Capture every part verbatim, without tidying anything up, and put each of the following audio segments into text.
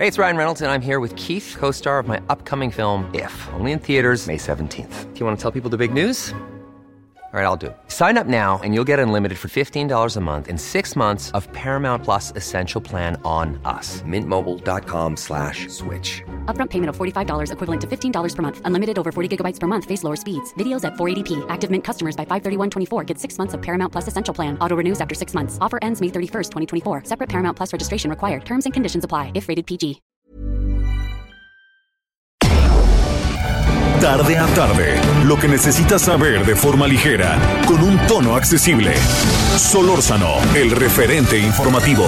Hey, it's Ryan Reynolds, and I'm here with Keith, co-star of my upcoming film, If, only in theaters May seventeenth. Do you want to tell people the big news? All right, I'll do it. Sign up now and you'll get unlimited for fifteen dollars a month and six months of Paramount Plus Essential Plan on us. Mint Mobile dot com slash switch. Upfront payment of forty-five dollars equivalent to fifteen dollars per month. Unlimited over forty gigabytes per month. Face lower speeds. Videos at four eighty p. Active Mint customers by five thirty-one twenty-four get six months of Paramount Plus Essential Plan. Auto renews after six months. Offer ends May thirty-first, twenty twenty-four. Separate Paramount Plus registration required. Terms and conditions apply if rated P G. Tarde a tarde, lo que necesitas saber de forma ligera, con un tono accesible. Solórzano, el referente informativo.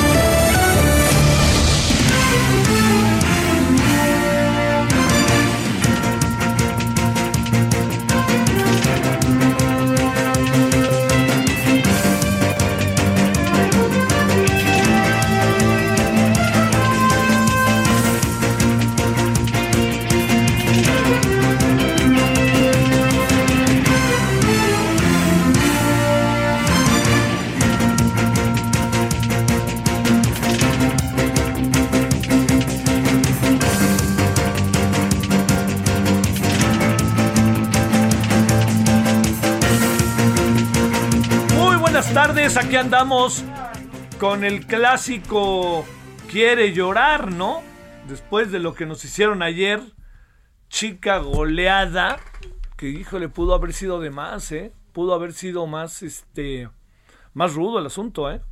Tardes, aquí andamos con el clásico quiere llorar, ¿no? Después de lo que nos hicieron ayer, chica goleada, que híjole, pudo haber sido de más, ¿eh? Pudo haber sido más, este, más rudo el asunto, ¿eh?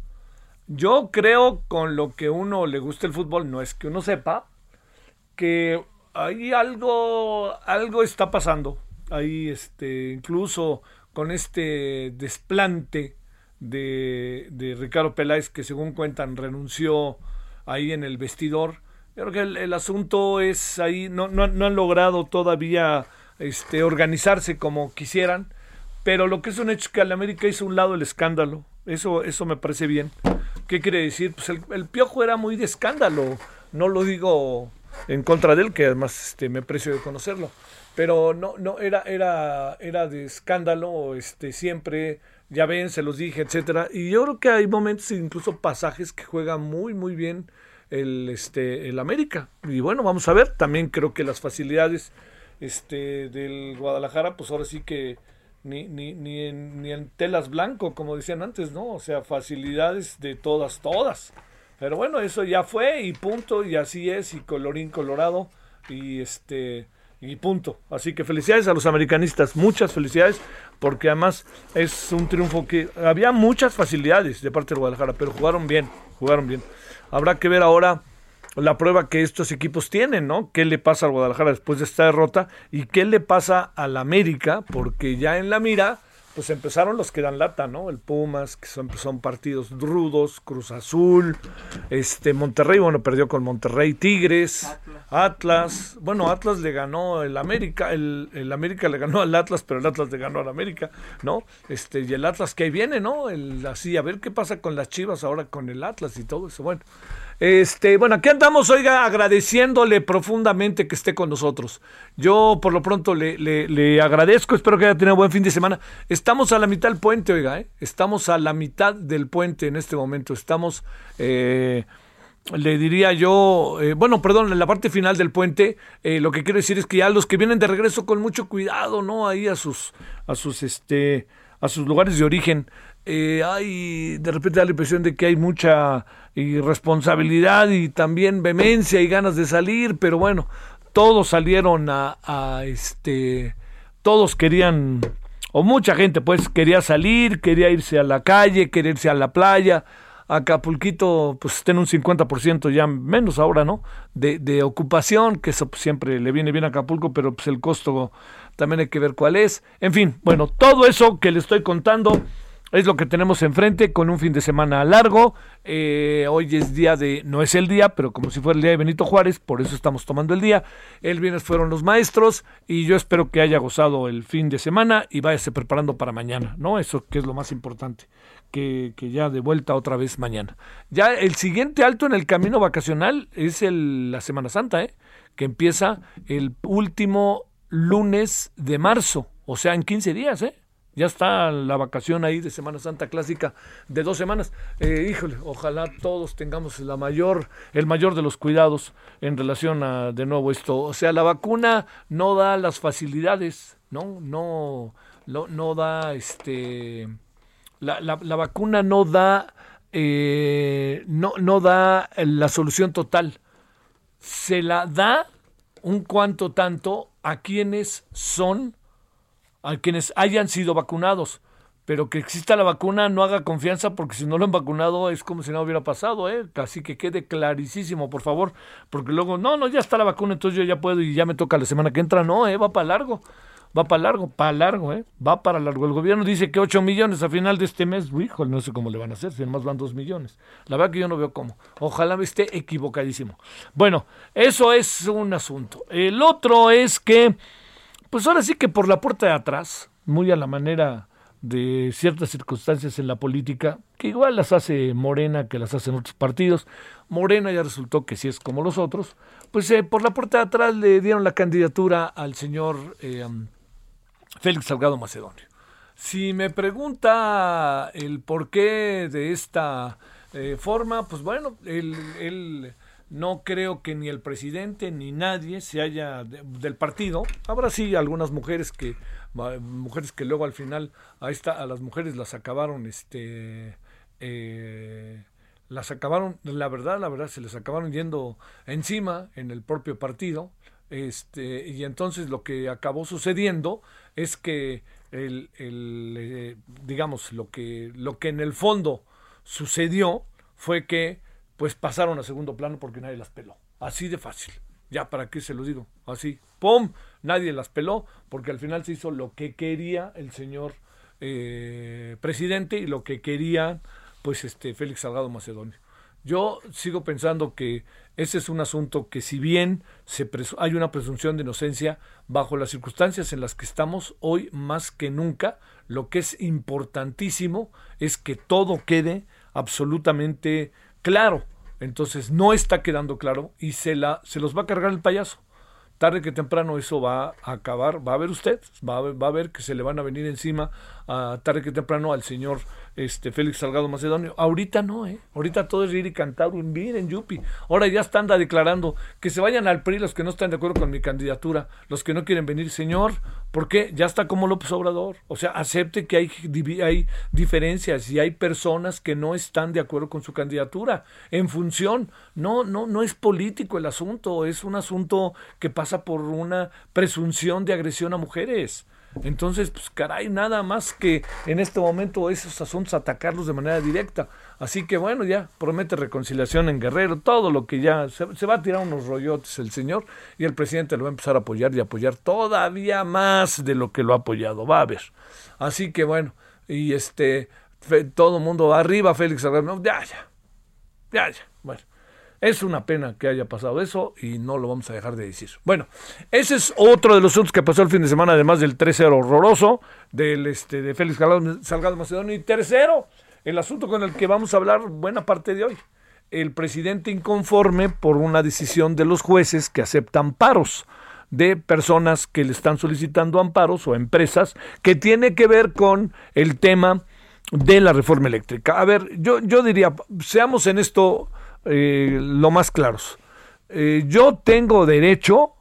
Yo creo, con lo que uno le gusta el fútbol, no es que uno sepa, que ahí algo, algo está pasando. Ahí, este, incluso con este desplante De, de Ricardo Peláez, que según cuentan renunció ahí en el vestidor. Yo creo que el, el asunto es ahí, no, no, no han logrado todavía este, organizarse como quisieran, pero lo que es un hecho es que al América hizo un lado el escándalo. Eso, eso me parece bien. ¿Qué quiere decir? Pues el, el Piojo era muy de escándalo, no lo digo en contra de él, que además este, me aprecio de conocerlo, pero no, no era, era, era de escándalo, este, siempre. Ya ven, se los dije, etcétera. Y yo creo que hay momentos, incluso pasajes, que juega muy, muy bien el, este, el América. Y bueno, vamos a ver. También creo que las facilidades este, del Guadalajara, pues ahora sí que ni, ni, ni, en, ni en telas blanco, como decían antes, ¿no? O sea, facilidades de todas, todas. Pero bueno, eso ya fue y punto, y así es, y colorín colorado, y este... y punto. Así que felicidades a los americanistas, muchas felicidades, porque además es un triunfo que había muchas facilidades de parte de Guadalajara, pero jugaron bien, jugaron bien. Habrá que ver ahora la prueba que estos equipos tienen, ¿no? ¿Qué le pasa al Guadalajara después de esta derrota? ¿Y qué le pasa al América? Porque ya en la mira, pues empezaron los que dan lata, ¿no? El Pumas, que son, son partidos rudos, Cruz Azul, este Monterrey, bueno, perdió con Monterrey, Tigres, Atlas, Atlas bueno, Atlas le ganó el América, el, el América le ganó al Atlas, pero el Atlas le ganó al América, ¿no? Este, y el Atlas que ahí viene, ¿no? El, así, a ver qué pasa con las Chivas ahora con el Atlas y todo eso, bueno. Este, bueno, aquí andamos, oiga, agradeciéndole profundamente que esté con nosotros. Yo por lo pronto le, le, le agradezco, espero que haya tenido buen fin de semana. Estamos a la mitad del puente, oiga, ¿eh? Estamos a la mitad del puente en este momento. Estamos, eh, le diría yo, eh, bueno, perdón, en la parte final del puente, eh, lo que quiero decir es que ya los que vienen de regreso con mucho cuidado, ¿no? Ahí a sus, a sus, este, a sus lugares de origen. Eh, hay, de repente da la impresión de que hay mucha irresponsabilidad y también vehemencia y ganas de salir, pero bueno, todos salieron a, a este, todos querían, o mucha gente pues quería salir, quería irse a la calle, quería irse a la playa. Acapulquito pues está en un cincuenta por ciento ya menos ahora, ¿no? De, de ocupación, que eso pues, siempre le viene bien a Acapulco, pero pues el costo también hay que ver cuál es. En fin, bueno, todo eso que le estoy contando es lo que tenemos enfrente con un fin de semana largo. Eh, hoy es día de, no es el día, pero como si fuera el día de Benito Juárez, por eso estamos tomando el día. El viernes fueron los maestros y yo espero que haya gozado el fin de semana y váyase preparando para mañana, ¿no? Eso que es lo más importante, que, que ya de vuelta otra vez mañana. Ya el siguiente alto en el camino vacacional es el, la Semana Santa, ¿eh? Que empieza el último lunes de marzo, o sea, en quince días, ¿eh? Ya está la vacación ahí de Semana Santa clásica de dos semanas. Eh, híjole, ojalá todos tengamos la mayor, el mayor de los cuidados en relación a, de nuevo, esto. O sea, la vacuna no da las facilidades, ¿no? No, no, no da, este, la, la, la vacuna no da, eh, no, no da la solución total. Se la da un cuanto tanto a quienes son, a quienes hayan sido vacunados, pero que exista la vacuna no haga confianza, porque si no lo han vacunado es como si no hubiera pasado, ¿eh? Así que quede clarísimo, por favor, porque luego, no, no, ya está la vacuna, entonces yo ya puedo y ya me toca la semana que entra. No, ¿eh? Va para largo, va para largo, para largo, ¿eh? Va para largo. El gobierno dice que ocho millones a final de este mes. Híjole, no sé cómo le van a hacer, si además van dos millones. La verdad que yo no veo cómo. Ojalá me esté equivocadísimo. Bueno, eso es un asunto. El otro es que, pues ahora sí que por la puerta de atrás, muy a la manera de ciertas circunstancias en la política, que igual las hace Morena, que las hacen otros partidos. Morena ya resultó que sí es como los otros. Pues eh, por la puerta de atrás le dieron la candidatura al señor eh, um, Félix Salgado Macedonio. Si me pregunta el porqué de esta eh, forma, pues bueno, él, él no creo que ni el presidente ni nadie se haya de, del partido. Habrá sí algunas mujeres que mujeres que luego al final a esta a las mujeres las acabaron este eh, las acabaron la verdad la verdad se les acabaron yendo encima en el propio partido. Este, y entonces lo que acabó sucediendo es que el, el eh, digamos lo que lo que en el fondo sucedió fue que pues pasaron a segundo plano porque nadie las peló. Así de fácil. Ya, ¿para qué se lo digo? Así, ¡pum! Nadie las peló porque al final se hizo lo que quería el señor eh, presidente y lo que quería pues este Félix Salgado Macedonio. Yo sigo pensando que ese es un asunto que, si bien se presu- hay una presunción de inocencia, bajo las circunstancias en las que estamos hoy más que nunca, lo que es importantísimo es que todo quede absolutamente claro. Entonces no está quedando claro y se la se los va a cargar el payaso. Tarde que temprano eso va a acabar, va a ver usted, va a ver, va a ver que se le van a venir encima a, tarde que temprano al señor este Félix Salgado Macedonio. Ahorita no, ¿eh? Ahorita todo es ir y cantar, miren, yupi. Ahora ya están declarando que se vayan al P R I los que no están de acuerdo con mi candidatura, los que no quieren venir. Señor, ¿por qué? Ya está como López Obrador. O sea, acepte que hay, hay diferencias y hay personas que no están de acuerdo con su candidatura. En función, no, no, no es político el asunto, es un asunto que pasa por una presunción de agresión a mujeres. Entonces, pues caray, nada más que en este momento esos asuntos atacarlos de manera directa. Así que bueno, ya promete reconciliación en Guerrero, todo lo que ya se, se va a tirar unos rollotes el señor y el presidente lo va a empezar a apoyar y apoyar todavía más de lo que lo ha apoyado, va a ver. Así que bueno, y este fe, todo el mundo va arriba, Félix Salgado, no, ya, ya, ya, ya, bueno. Es una pena que haya pasado eso y no lo vamos a dejar de decir. Bueno, ese es otro de los asuntos que pasó el fin de semana, además del tres cero horroroso del este de Félix Salgado Macedonio. Y tercero, el asunto con el que vamos a hablar buena parte de hoy. El presidente inconforme por una decisión de los jueces que aceptan amparos de personas que le están solicitando amparos o empresas que tiene que ver con el tema de la reforma eléctrica. A ver, yo, yo diría, seamos en esto Eh, lo más claros. Eh, yo tengo derecho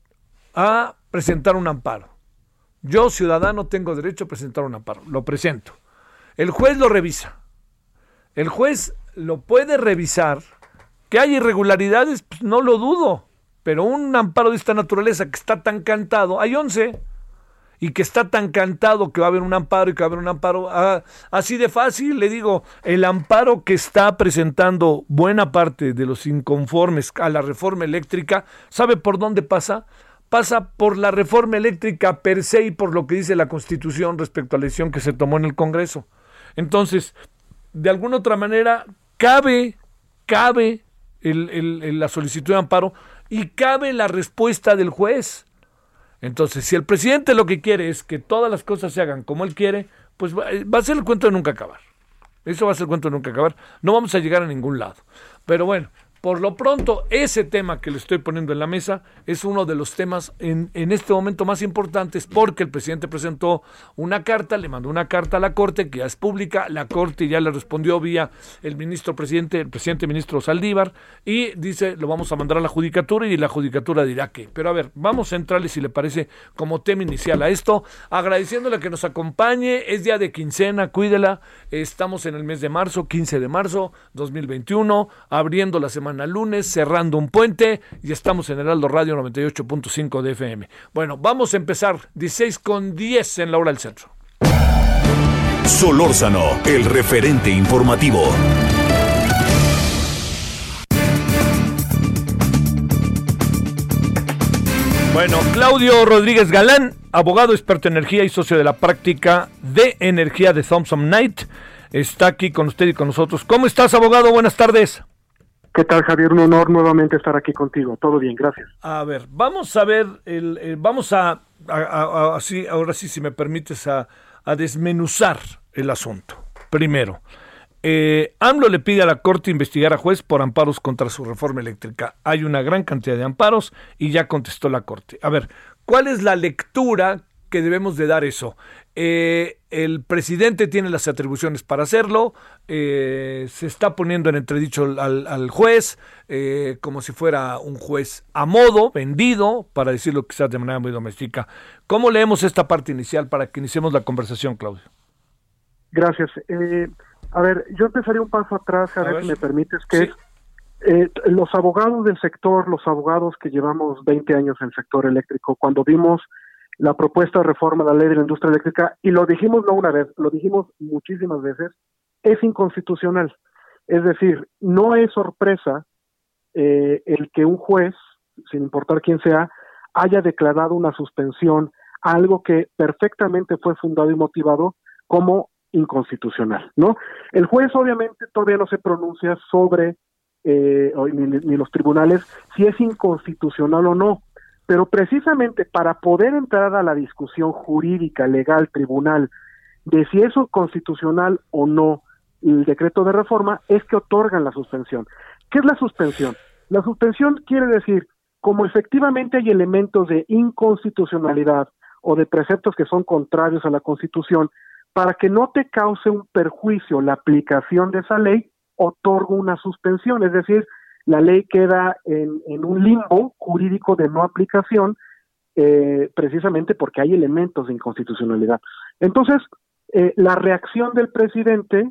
a presentar un amparo. Yo, ciudadano, tengo derecho a presentar un amparo. Lo presento. El juez lo revisa. El juez lo puede revisar. Que hay irregularidades, pues no lo dudo. Pero un amparo de esta naturaleza que está tan cantado, hay once. Y que está tan cantado que va a haber un amparo y que va a haber un amparo, ah, así de fácil, le digo, el amparo que está presentando buena parte de los inconformes a la reforma eléctrica, ¿sabe por dónde pasa? Pasa por la reforma eléctrica per se y por lo que dice la Constitución respecto a la decisión que se tomó en el Congreso. Entonces, de alguna otra manera, cabe, cabe el, el, el, la solicitud de amparo y cabe la respuesta del juez. Entonces, si el presidente lo que quiere es que todas las cosas se hagan como él quiere, pues va, va a ser el cuento de nunca acabar. Eso va a ser el cuento de nunca acabar. No vamos a llegar a ningún lado. Pero bueno, Por lo pronto, ese tema que le estoy poniendo en la mesa es uno de los temas en, en este momento más importantes, porque el presidente presentó una carta, le mandó una carta a la Corte, que ya es pública, la Corte ya le respondió vía el ministro presidente, el presidente ministro Saldívar, y dice, lo vamos a mandar a la Judicatura, y la Judicatura dirá qué. Pero a ver, vamos a entrarle, si le parece, como tema inicial a esto, agradeciéndole que nos acompañe. Es día de quincena, cuídela, estamos en el mes de marzo, quince de marzo dos mil veintiuno, abriendo la semana lunes, cerrando un puente, y estamos en Heraldo Radio noventa y ocho punto cinco de F M. Bueno, vamos a empezar, dieciséis con diez en la hora del centro. Solórzano, el referente informativo. Bueno, Claudio Rodríguez Galán, abogado, experto en energía y socio de la práctica de energía de Thompson Knight, está aquí con usted y con nosotros. ¿Cómo estás, abogado? Buenas tardes. ¿Qué tal, Javier? Un honor nuevamente estar aquí contigo. Todo bien, gracias. A ver, vamos a ver, el, el vamos a, a, a, a así, ahora sí, si me permites, a, a desmenuzar el asunto. Primero, eh, AMLO le pide a la Corte investigar a juez por amparos contra su reforma eléctrica. Hay una gran cantidad de amparos y ya contestó la Corte. A ver, ¿cuál es la lectura que debemos de dar eso? Eh, el presidente tiene las atribuciones para hacerlo, eh, se está poniendo en entredicho al, al juez, eh, como si fuera un juez a modo, vendido, para decirlo quizás de manera muy doméstica. ¿Cómo leemos esta parte inicial para que iniciemos la conversación, Claudio? Gracias. Eh, a ver, yo empezaría un paso atrás, a, a ver, ver si me permites, que sí. es eh, los abogados del sector, los abogados que llevamos veinte años en el sector eléctrico, cuando vimos la propuesta de reforma a la ley de la industria eléctrica, y lo dijimos no una vez, lo dijimos muchísimas veces, es inconstitucional. Es decir, no es sorpresa eh, el que un juez, sin importar quién sea, haya declarado una suspensión a algo que perfectamente fue fundado y motivado como inconstitucional, ¿no? El juez obviamente todavía no se pronuncia sobre, eh, ni, ni los tribunales, si es inconstitucional o no. Pero precisamente para poder entrar a la discusión jurídica, legal, tribunal, de si es constitucional o no el decreto de reforma, es que otorgan la suspensión. ¿Qué es la suspensión? La suspensión quiere decir, como efectivamente hay elementos de inconstitucionalidad o de preceptos que son contrarios a la Constitución, para que no te cause un perjuicio la aplicación de esa ley, otorgo una suspensión, es decir, la ley queda en, en un limbo jurídico de no aplicación, eh, precisamente porque hay elementos de inconstitucionalidad. Entonces, eh, la reacción del presidente,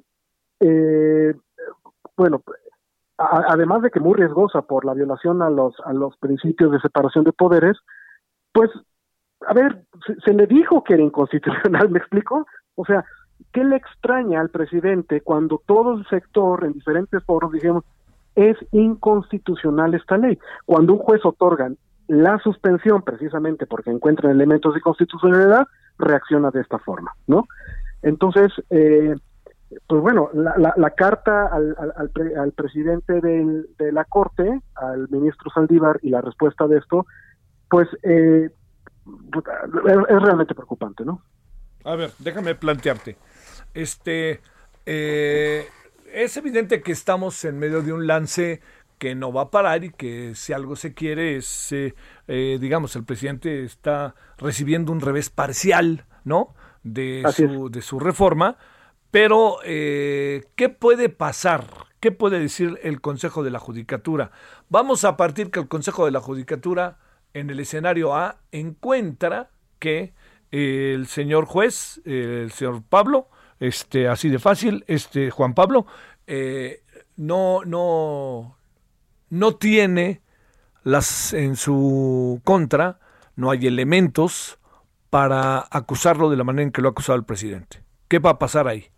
eh, bueno, a, además de que muy riesgosa por la violación a los, a los principios de separación de poderes, pues, a ver, se, se le dijo que era inconstitucional, ¿me explico? O sea, ¿qué le extraña al presidente cuando todo el sector, en diferentes foros, dijimos, es inconstitucional esta ley? Cuando un juez otorga la suspensión, precisamente porque encuentran elementos de constitucionalidad, reacciona de esta forma, ¿no? Entonces, eh, pues bueno, la, la, la carta al, al, al, pre, al presidente del, de la Corte, al ministro Saldívar, y la respuesta de esto, pues eh, es, es realmente preocupante, ¿no? A ver, déjame plantearte. Este... Eh... Es evidente que estamos en medio de un lance que no va a parar y que si algo se quiere es, eh, eh, digamos, el presidente está recibiendo un revés parcial, ¿no? De su, de su reforma, pero eh, ¿qué puede pasar? ¿Qué puede decir el Consejo de la Judicatura? Vamos a partir que el Consejo de la Judicatura en el escenario A encuentra que eh, el señor juez, eh, el señor Pablo, Este, así de fácil, este Juan Pablo, eh, no, no, no tiene las en su contra, no hay elementos para acusarlo de la manera en que lo ha acusado el presidente. ¿Qué va a pasar ahí?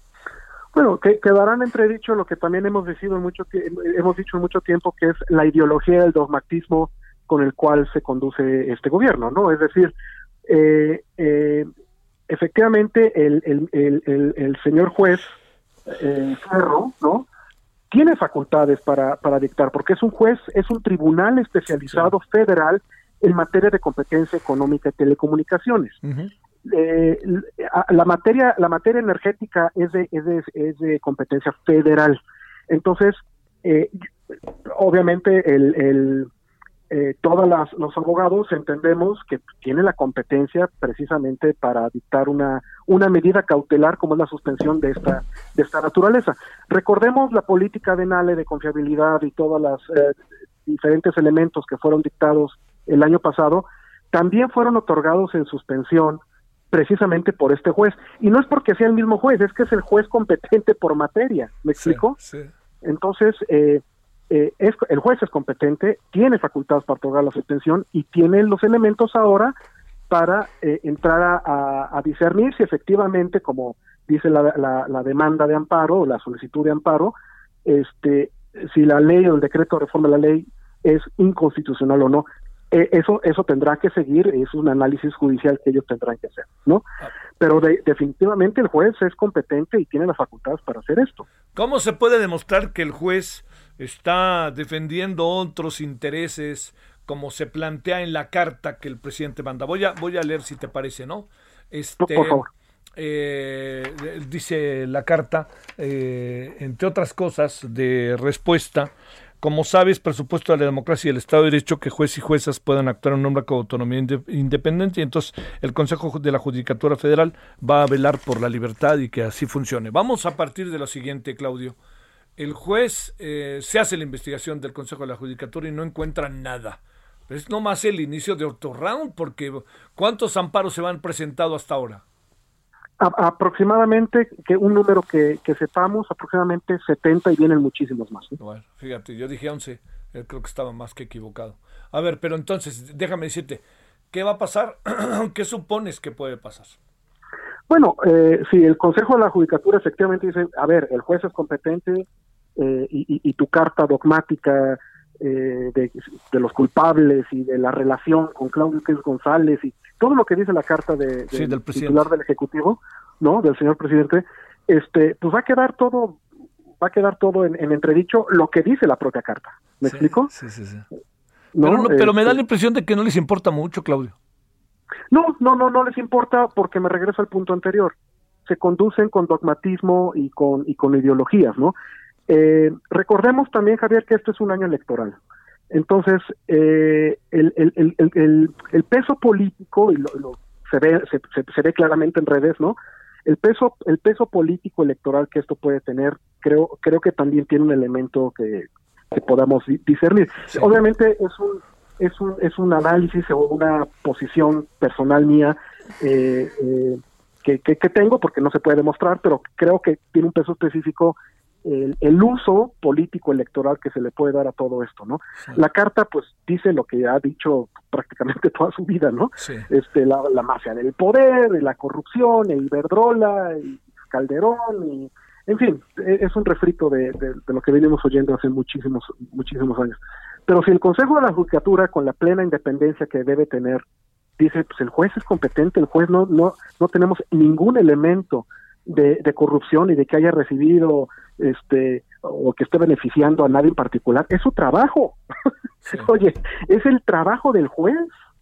Bueno, que quedarán entredicho lo que también hemos dicho en mucho hemos dicho en mucho tiempo, que es la ideología del dogmatismo con el cual se conduce este gobierno, ¿no? Es decir, eh, eh, efectivamente el, el, el, el, el señor juez eh, Ferro, ¿no?, tiene facultades para, para dictar, porque es un juez, es un tribunal especializado sí. federal en materia de competencia económica y telecomunicaciones. Uh-huh. Eh, la materia la materia energética es de, es de, es de competencia federal. Entonces, eh, obviamente el, el eh, todos las, los abogados entendemos que tienen la competencia precisamente para dictar una una medida cautelar como es la suspensión de esta de esta naturaleza. Recordemos la política de Nale de confiabilidad y todos los eh, diferentes elementos que fueron dictados el año pasado, también fueron otorgados en suspensión precisamente por este juez. Y no es porque sea el mismo juez, es que es el juez competente por materia, ¿me explico? Sí, sí. Entonces, eh, eh, es, el juez es competente, tiene facultades para otorgar la suspensión y tiene los elementos ahora para eh, entrar a, a, a discernir si efectivamente, como dice la, la, la demanda de amparo o la solicitud de amparo, este, si la ley o el decreto de reforma de la ley es inconstitucional o no. Eh, eso eso tendrá que seguir, es un análisis judicial que ellos tendrán que hacer, ¿no? Pero de, definitivamente el juez es competente y tiene las facultades para hacer esto. ¿Cómo se puede demostrar que el juez está defendiendo otros intereses como se plantea en la carta que el presidente manda? Voy a voy a leer si te parece, ¿no? Este, Por favor. Eh, dice la carta, eh, entre otras cosas, de respuesta: como sabes, presupuesto de la democracia y el Estado de Derecho, que jueces y juezas puedan actuar en nombre con autonomía independiente, y entonces el Consejo de la Judicatura Federal va a velar por la libertad y que así funcione. Vamos a partir de lo siguiente, Claudio. El juez eh, se hace la investigación del Consejo de la Judicatura y no encuentra nada. Es nomás el inicio de otro round, porque ¿cuántos amparos se han presentado hasta ahora? A, aproximadamente, que un número que, que sepamos, aproximadamente setenta y vienen muchísimos más, ¿eh? Bueno, fíjate, yo dije once, él creo que estaba más que equivocado. A ver, pero entonces, déjame decirte, ¿qué va a pasar? ¿Qué supones que puede pasar? Bueno, eh, si el Consejo de la Judicatura efectivamente dice, a ver, el juez es competente eh, y, y, y tu carta dogmática eh, de, de los culpables y de la relación con Claudio X González y todo lo que dice la carta de, de sí, del titular del Ejecutivo, ¿no? Del señor presidente, este, pues va a quedar todo, va a quedar todo en, en entredicho lo que dice la propia carta. ¿Me sí, explico? Sí, sí, sí. ¿No? Pero, no, pero este, me da la impresión de que no les importa mucho, Claudio. No, no, no, no les importa porque me regreso al punto anterior. Se conducen con dogmatismo y con y con ideologías, ¿no? Eh, recordemos también, Javier, que este es un año electoral. Entonces, eh, el, el, el, el, el peso político, y lo, lo, se ve se, se, se ve claramente en redes, ¿no? El peso el peso político electoral que esto puede tener, creo creo que también tiene un elemento que, que podamos discernir. Sí. Obviamente es un es un es un análisis o una posición personal mía eh, eh, que, que, que tengo, porque no se puede demostrar, pero creo que tiene un peso específico El, el uso político electoral que se le puede dar a todo esto, ¿no? Sí. La carta, pues, dice lo que ha dicho prácticamente toda su vida, ¿no? Sí. Este, la, la mafia del poder, la corrupción, el Iberdrola, y Calderón, y, en fin, es un refrito de, de, de lo que venimos oyendo hace muchísimos, muchísimos años. Pero si el Consejo de la Judicatura, con la plena independencia que debe tener, dice, pues el juez es competente, el juez no, no, no tenemos ningún elemento de, de corrupción y de que haya recibido este o que esté beneficiando a nadie en particular, es su trabajo. Sí. Oye, es el trabajo del juez.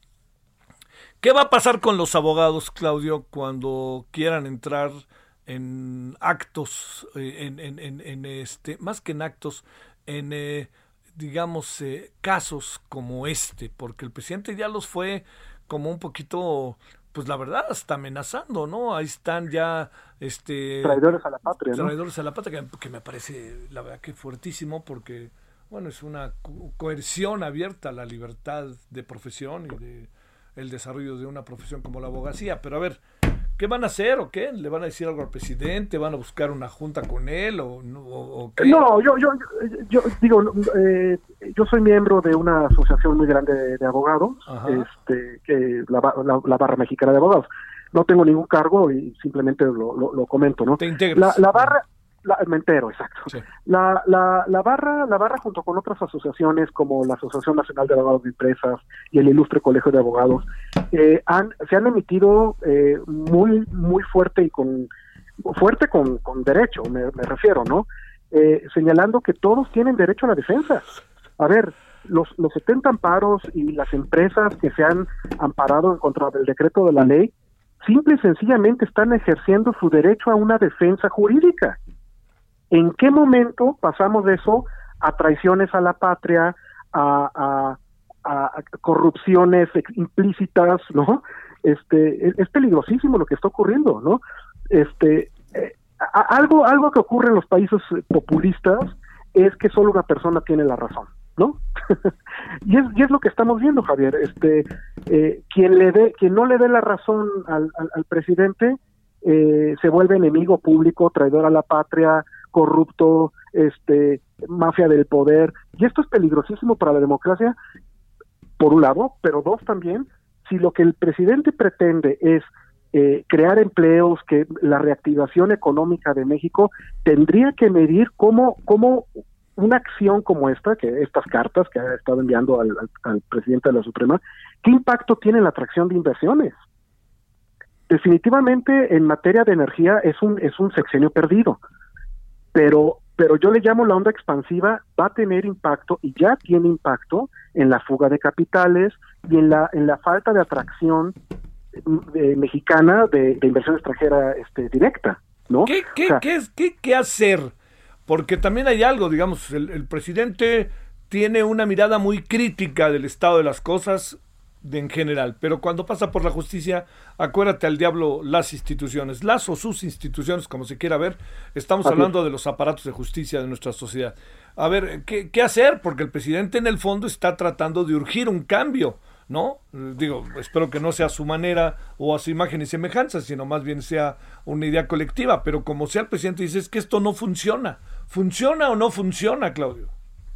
¿Qué va a pasar con los abogados, Claudio, cuando quieran entrar en actos, en, en, en, en este, más que en actos, en eh, digamos eh, casos como este? Porque el presidente ya los fue como un poquito, pues la verdad, hasta amenazando, ¿no? Ahí están ya este traidores a la patria, ¿no? Traidores a la patria, que, que me parece, la verdad, que fuertísimo, porque, bueno, es una co- coerción abierta a la libertad de profesión y de el desarrollo de una profesión como la abogacía. Pero a ver, ¿qué van a hacer o qué? ¿Le van a decir algo al presidente? ¿Van a buscar una junta con él o, o, o qué? No, yo yo yo, yo digo, eh, yo soy miembro de una asociación muy grande de, de abogados, Ajá. este que la, la, la Barra Mexicana de Abogados. No tengo ningún cargo y simplemente lo, lo, lo comento, ¿no? Te integras. La, la barra, la, me entero, exacto. Sí. La, la, la barra, la barra junto con otras asociaciones como la Asociación Nacional de Abogados de Empresas y el Ilustre Colegio de Abogados, eh, han, se han emitido eh, muy, muy fuerte y con fuerte con, con derecho, me, me refiero, ¿no? Eh, señalando que todos tienen derecho a la defensa. A ver, los, los setenta amparos y las empresas que se han amparado en contra del decreto de la ley, simple y sencillamente están ejerciendo su derecho a una defensa jurídica. ¿En qué momento pasamos de eso a traiciones a la patria, a, a, a corrupciones implícitas, ¿no? Este, es, es peligrosísimo lo que está ocurriendo, ¿no? Este, eh, a, algo, algo que ocurre en los países populistas es que solo una persona tiene la razón, ¿no? y, es, y es lo que estamos viendo, Javier. Este, eh, quien le dé, quien no le dé la razón al, al, al presidente eh, se vuelve enemigo público, traidor a la patria, corrupto, este, mafia del poder. Y esto es peligrosísimo para la democracia, por un lado, pero dos también, si lo que el presidente pretende es eh, crear empleos, que la reactivación económica de México, tendría que medir cómo, cómo una acción como esta, que estas cartas que ha estado enviando al, al, al presidente de la Suprema, ¿qué impacto tiene en la atracción de inversiones? Definitivamente en materia de energía es un, es un sexenio perdido, pero pero yo le llamo la onda expansiva, va a tener impacto y ya tiene impacto en la fuga de capitales y en la en la falta de atracción eh, mexicana de, de inversión extranjera este, directa, ¿no? ¿Qué, qué, o sea, qué, qué, qué hacer? Porque también hay algo, digamos, el, el presidente tiene una mirada muy crítica del estado de las cosas de en general, pero cuando pasa por la justicia, acuérdate al diablo las instituciones, las o sus instituciones, como se quiera ver. Estamos hablando de los aparatos de justicia de nuestra sociedad. A ver, ¿qué, qué hacer? Porque el presidente en el fondo está tratando de urgir un cambio, ¿no? Digo, espero que no sea a su manera o a su imagen y semejanza, sino más bien sea una idea colectiva, pero como sea el presidente dice, es que esto no funciona. ¿Funciona o no funciona, Claudio?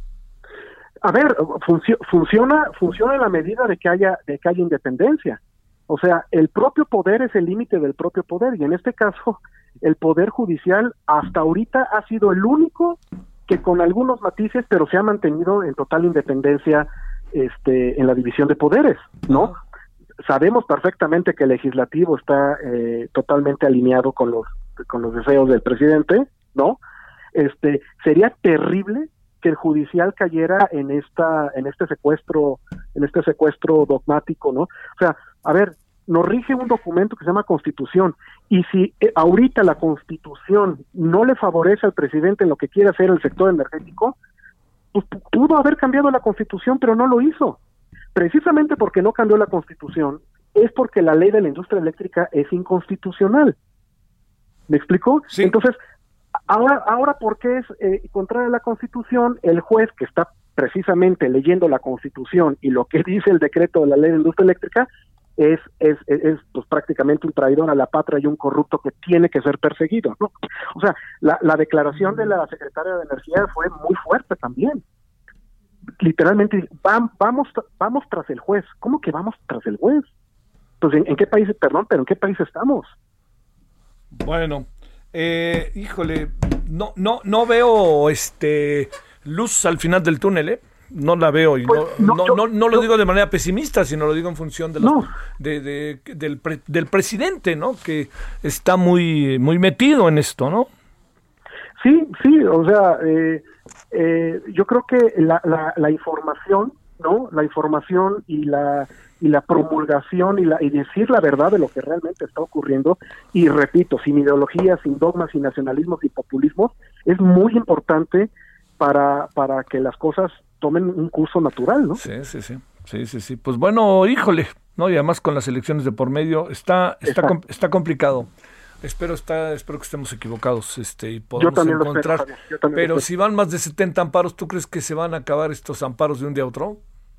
A ver, func- funciona funciona en la medida de que haya de que haya independencia. O sea, el propio poder es el límite del propio poder, y en este caso el poder judicial hasta ahorita ha sido el único que con algunos matices, pero se ha mantenido en total independencia este en la división de poderes, ¿no? Uh-huh. Sabemos perfectamente que el legislativo está eh, totalmente alineado con los con los deseos del presidente, ¿no? Este sería terrible que el judicial cayera en esta en este secuestro en este secuestro dogmático, ¿no? O sea, a ver, nos rige un documento que se llama Constitución, y si eh, ahorita la Constitución no le favorece al presidente en lo que quiere hacer en el sector energético, pues pudo haber cambiado la Constitución, pero no lo hizo. Precisamente porque no cambió la Constitución es porque la ley de la industria eléctrica es inconstitucional. ¿Me explico? Sí. Entonces, Ahora, ahora porque es eh, contraria a la Constitución, el juez que está precisamente leyendo la Constitución y lo que dice el decreto de la ley de industria eléctrica es, es, es, es pues prácticamente un traidor a la patria y un corrupto que tiene que ser perseguido, ¿no? O sea, la, la declaración de la secretaria de Energía fue muy fuerte también. Literalmente, vam, vamos, vamos tras el juez. ¿Cómo que vamos tras el juez? Pues en, en qué país, perdón, pero en qué país estamos. Bueno. Eh, híjole, no, no, no veo este luz al final del túnel, ¿eh? No la veo y pues, no, no, no, yo, no, no lo yo, digo de manera pesimista, sino lo digo en función de los, no. de, de, del, pre, del presidente, ¿no? Que está muy, muy metido en esto, ¿no? Sí, sí, o sea, eh, eh, yo creo que la, la, la información, ¿no? La información y la y la promulgación y la y decir la verdad de lo que realmente está ocurriendo, y repito, sin ideologías, sin dogmas, sin nacionalismos y populismos, es muy importante para para que las cosas tomen un curso natural, ¿no? Sí, sí, sí, sí, sí, sí. Pues bueno, híjole, ¿no? Y además con las elecciones de por medio está está com- está complicado. Espero está espero que estemos equivocados, este y podamos encontrar. Espero, pero si van más de setenta amparos, ¿tú crees que se van a acabar estos amparos de un día a otro?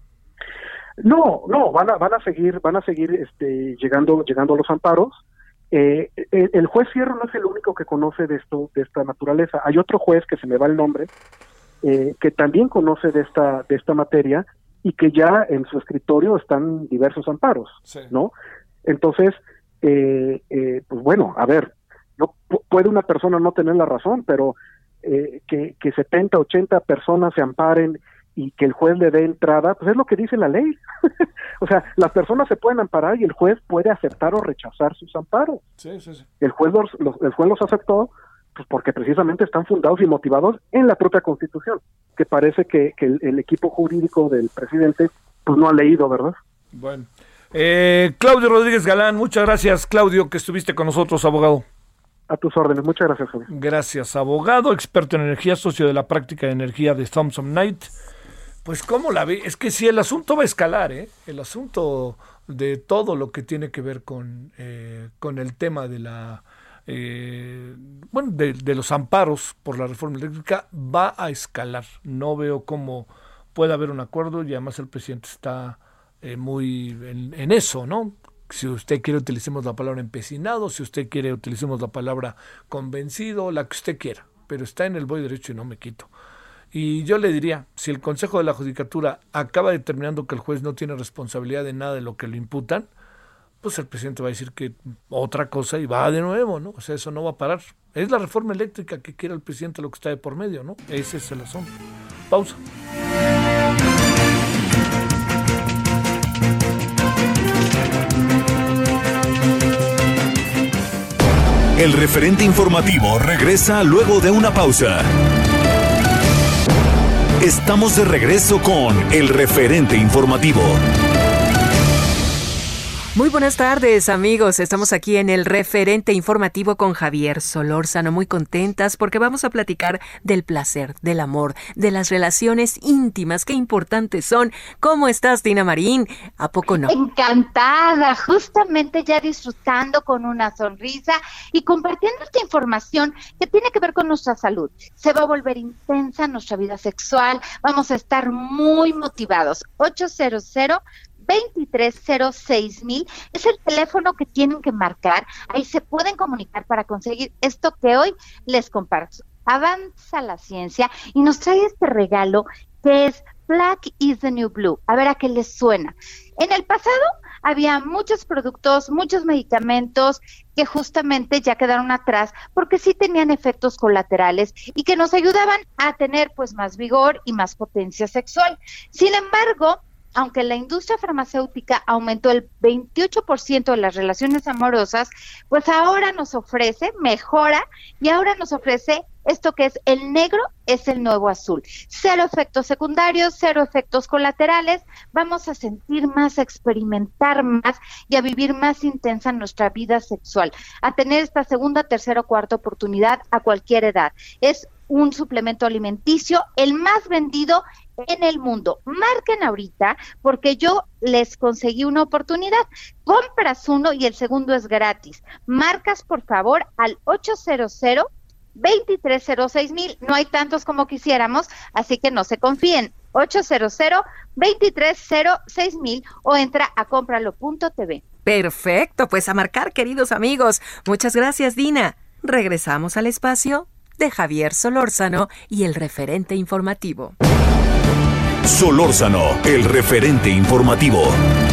No, no, van a van a seguir van a seguir este llegando llegando a los amparos. Eh, el, el juez Fierro no es el único que conoce de esto de esta naturaleza. Hay otro juez que se me va el nombre eh, que también conoce de esta de esta materia y que ya en su escritorio están diversos amparos, sí. ¿No? Entonces, eh, eh, pues bueno, a ver, no puede una persona no tener la razón, pero eh, que que setenta, ochenta personas se amparen y que el juez le dé entrada, pues es lo que dice la ley. O sea, las personas se pueden amparar y el juez puede aceptar o rechazar sus amparos. Sí, sí, sí. El juez los, los, el juez los aceptó pues porque precisamente están fundados y motivados en la propia Constitución, que parece que, que el, el equipo jurídico del presidente pues no ha leído, ¿verdad? Bueno. Eh, Claudio Rodríguez Galán, muchas gracias, Claudio, que estuviste con nosotros, abogado. A tus órdenes. Muchas gracias, Javier. Gracias, abogado, experto en energía, socio de la práctica de energía de Thompson Knight. Pues, ¿cómo la ve? Es que si el asunto va a escalar, ¿eh? El asunto de todo lo que tiene que ver con, eh, con el tema de la... Eh, bueno, de, de los amparos por la reforma eléctrica va a escalar. No veo cómo puede haber un acuerdo y además el presidente está eh, muy en, en eso, ¿no? Si usted quiere, utilicemos la palabra empecinado, si usted quiere, utilicemos la palabra convencido, la que usted quiera, pero está en el voy derecho y no me quito. Y yo le diría, si el Consejo de la Judicatura acaba determinando que el juez no tiene responsabilidad de nada de lo que le imputan, pues el presidente va a decir que otra cosa y va de nuevo, ¿no? O sea, eso no va a parar. Es la reforma eléctrica que quiere el presidente, lo que está de por medio, ¿no? Ese es el asunto. Pausa. El referente informativo regresa luego de una pausa. Estamos de regreso con el referente informativo. Muy buenas tardes, amigos. Estamos aquí en el referente informativo con Javier Solórzano, muy contentas porque vamos a platicar del placer, del amor, de las relaciones íntimas, qué importantes son. ¿Cómo estás, Dina Marín? ¿A poco no? Encantada, justamente ya disfrutando con una sonrisa y compartiendo esta información que tiene que ver con nuestra salud. Se va a volver intensa nuestra vida sexual, vamos a estar muy motivados. ocho cero cero, veintitrés cero seis mil es el teléfono que tienen que marcar. Ahí se pueden comunicar para conseguir esto que hoy les comparto. Avanza la ciencia y nos trae este regalo que es Black is the New Blue. A ver a qué les suena. En el pasado había muchos productos, muchos medicamentos que justamente ya quedaron atrás porque sí tenían efectos colaterales y que nos ayudaban a tener pues más vigor y más potencia sexual. Sin embargo, aunque la industria farmacéutica aumentó el veintiocho por ciento de las relaciones amorosas, pues ahora nos ofrece, mejora, y ahora nos ofrece esto que es el negro es el nuevo azul. Cero efectos secundarios, cero efectos colaterales, vamos a sentir más, a experimentar más y a vivir más intensa nuestra vida sexual, a tener esta segunda, tercera o cuarta oportunidad a cualquier edad. Es un suplemento alimenticio, el más vendido en el mundo. Marquen ahorita porque yo les conseguí una oportunidad. Compras uno y el segundo es gratis. Marcas por favor al ocho cero cero, veintitrés cero seis mil. No hay tantos como quisiéramos, así que no se confíen. ocho cero cero, veintitrés cero seis mil o entra a cómpralo punto t v. Perfecto, pues a marcar, queridos amigos. Muchas gracias, Dina. Regresamos al espacio de Javier Solórzano y el referente informativo. Solórzano, el referente informativo.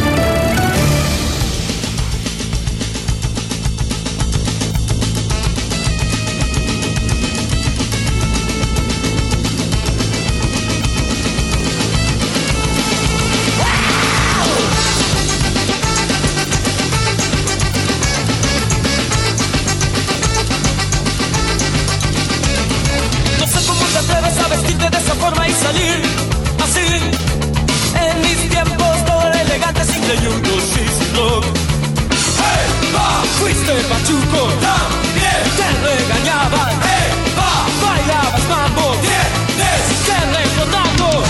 No sé cómo te atreves a vestirte de esa forma y salir así. En mis tiempos todo era elegante, simple y un sin rock. Hey, va, fuiste pachuco, también te regañaban. Hey, va, bailabas mambo, tienes que recordarlo.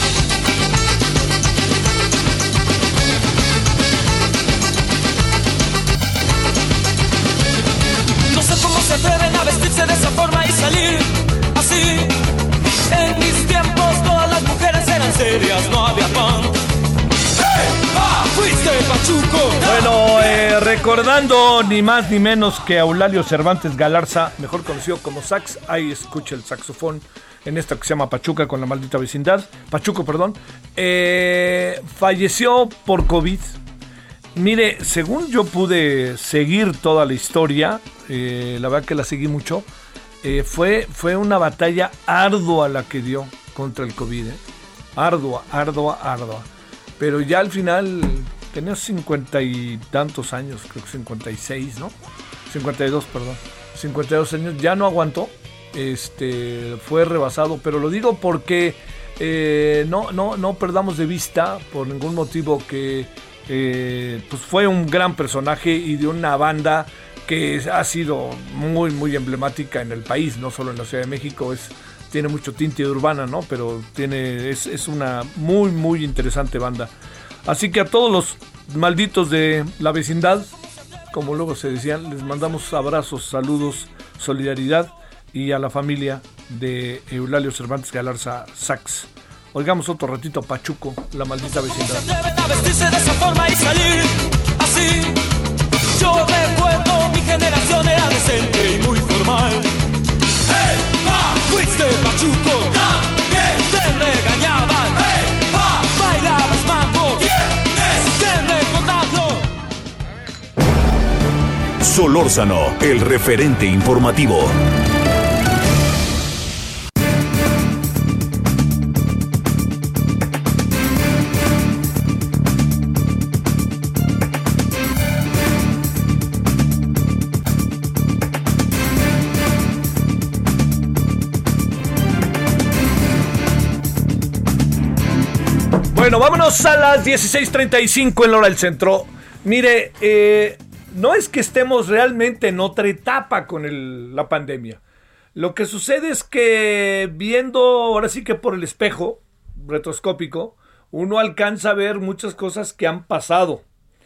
No sé cómo se atreven a vestirse de esa forma y salir así. En mis tiempos todas las mujeres eran serias, no había pan. ¡Hey! ¡Ah! ¡Fuiste pachuco! Bueno, eh, recordando ni más ni menos que a Eulalio Cervantes Galarza, mejor conocido como Sax, ahí escucha el saxofón en esta que se llama Pachuca con la maldita vecindad, Pachuco, perdón, eh, falleció por COVID. Mire, según yo pude seguir toda la historia, eh, la verdad que la seguí mucho, eh, fue, fue una batalla ardua la que dio contra el COVID, eh. ardua, ardua, ardua, pero ya al final tenía cincuenta y tantos años, creo que cincuenta y seis, ¿no? cincuenta y dos, perdón, cincuenta y dos años, ya no aguantó, este, fue rebasado, pero lo digo porque eh, no, no, no perdamos de vista por ningún motivo que eh, pues fue un gran personaje y de una banda que ha sido muy, muy emblemática en el país, no solo en la Ciudad de México, es, tiene mucho tinte urbana, ¿no? Pero tiene, es, es una muy, muy interesante banda. Así que a todos los malditos de la vecindad, como luego se decían, les mandamos abrazos, saludos, solidaridad, y a la familia de Eulalio Cervantes Galarza Sax. Oigamos otro ratito a Pachuco, La Maldita Vecindad. Se atreven a vestirse de esa forma y salir así. Yo recuerdo mi generación era decente y muy formal. ¡Hey, pa! Fuiste Pachuco, también te regañaban. ¡Hey, pa! Bailabas mambo, tienes que recordarlo. Solórzano, el referente informativo. Bueno, vámonos a las dieciséis treinta y cinco en la hora del centro. Mire, eh, no es que estemos realmente en otra etapa con el, la pandemia. Lo que sucede es que viendo, ahora sí que por el espejo retroscópico, uno alcanza a ver muchas cosas que han pasado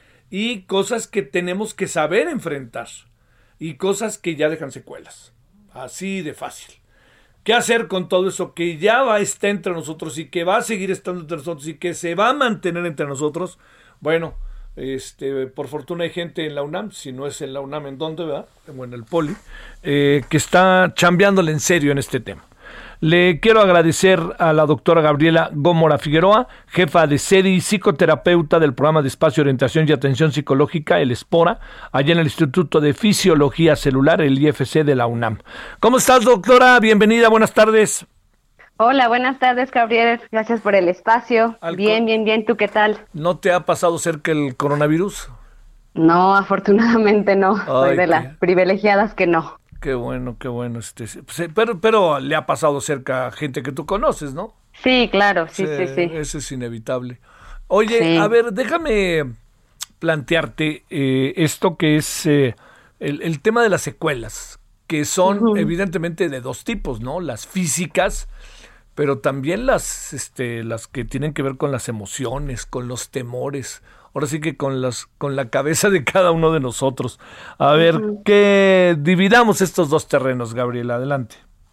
y cosas que tenemos que saber enfrentar y cosas que ya dejan secuelas. Así de fácil. ¿Qué hacer con todo eso que ya va a estar entre nosotros y que va a seguir estando entre nosotros y que se va a mantener entre nosotros? Bueno, este, por fortuna hay gente en la UNAM, si no es en la UNAM, ¿en dónde, verdad? Bueno, en el Poli, eh, que está chambeándole en serio en este tema. Le quiero agradecer a la doctora Gabriela Gómora Figueroa, jefa de sede y psicoterapeuta del programa de Espacio, Orientación y Atención Psicológica, el ESPORA, allá en el Instituto de Fisiología Celular, el I F C de la UNAM. ¿Cómo estás, doctora? Bienvenida, buenas tardes. Hola, buenas tardes, Gabriel. Gracias por el espacio. Al bien, bien, bien. ¿Tú qué tal? ¿No te ha pasado cerca el coronavirus? No, afortunadamente no. Ay, Soy de qué... las privilegiadas que no. Qué bueno, qué bueno. Este, pero, pero le ha pasado cerca a gente que tú conoces, ¿no? Sí, claro, sí, sí, sí. sí. Eso es inevitable. Oye, sí. A ver, déjame plantearte eh, esto que es eh, el, el tema de las secuelas, que son uh-huh. evidentemente de dos tipos, ¿no? Las físicas, pero también las, este, las que tienen que ver con las emociones, con los temores. Ahora sí que con las con la cabeza de cada uno de nosotros. A ver, uh-huh. que dividamos estos dos terrenos, Gabriela, adelante.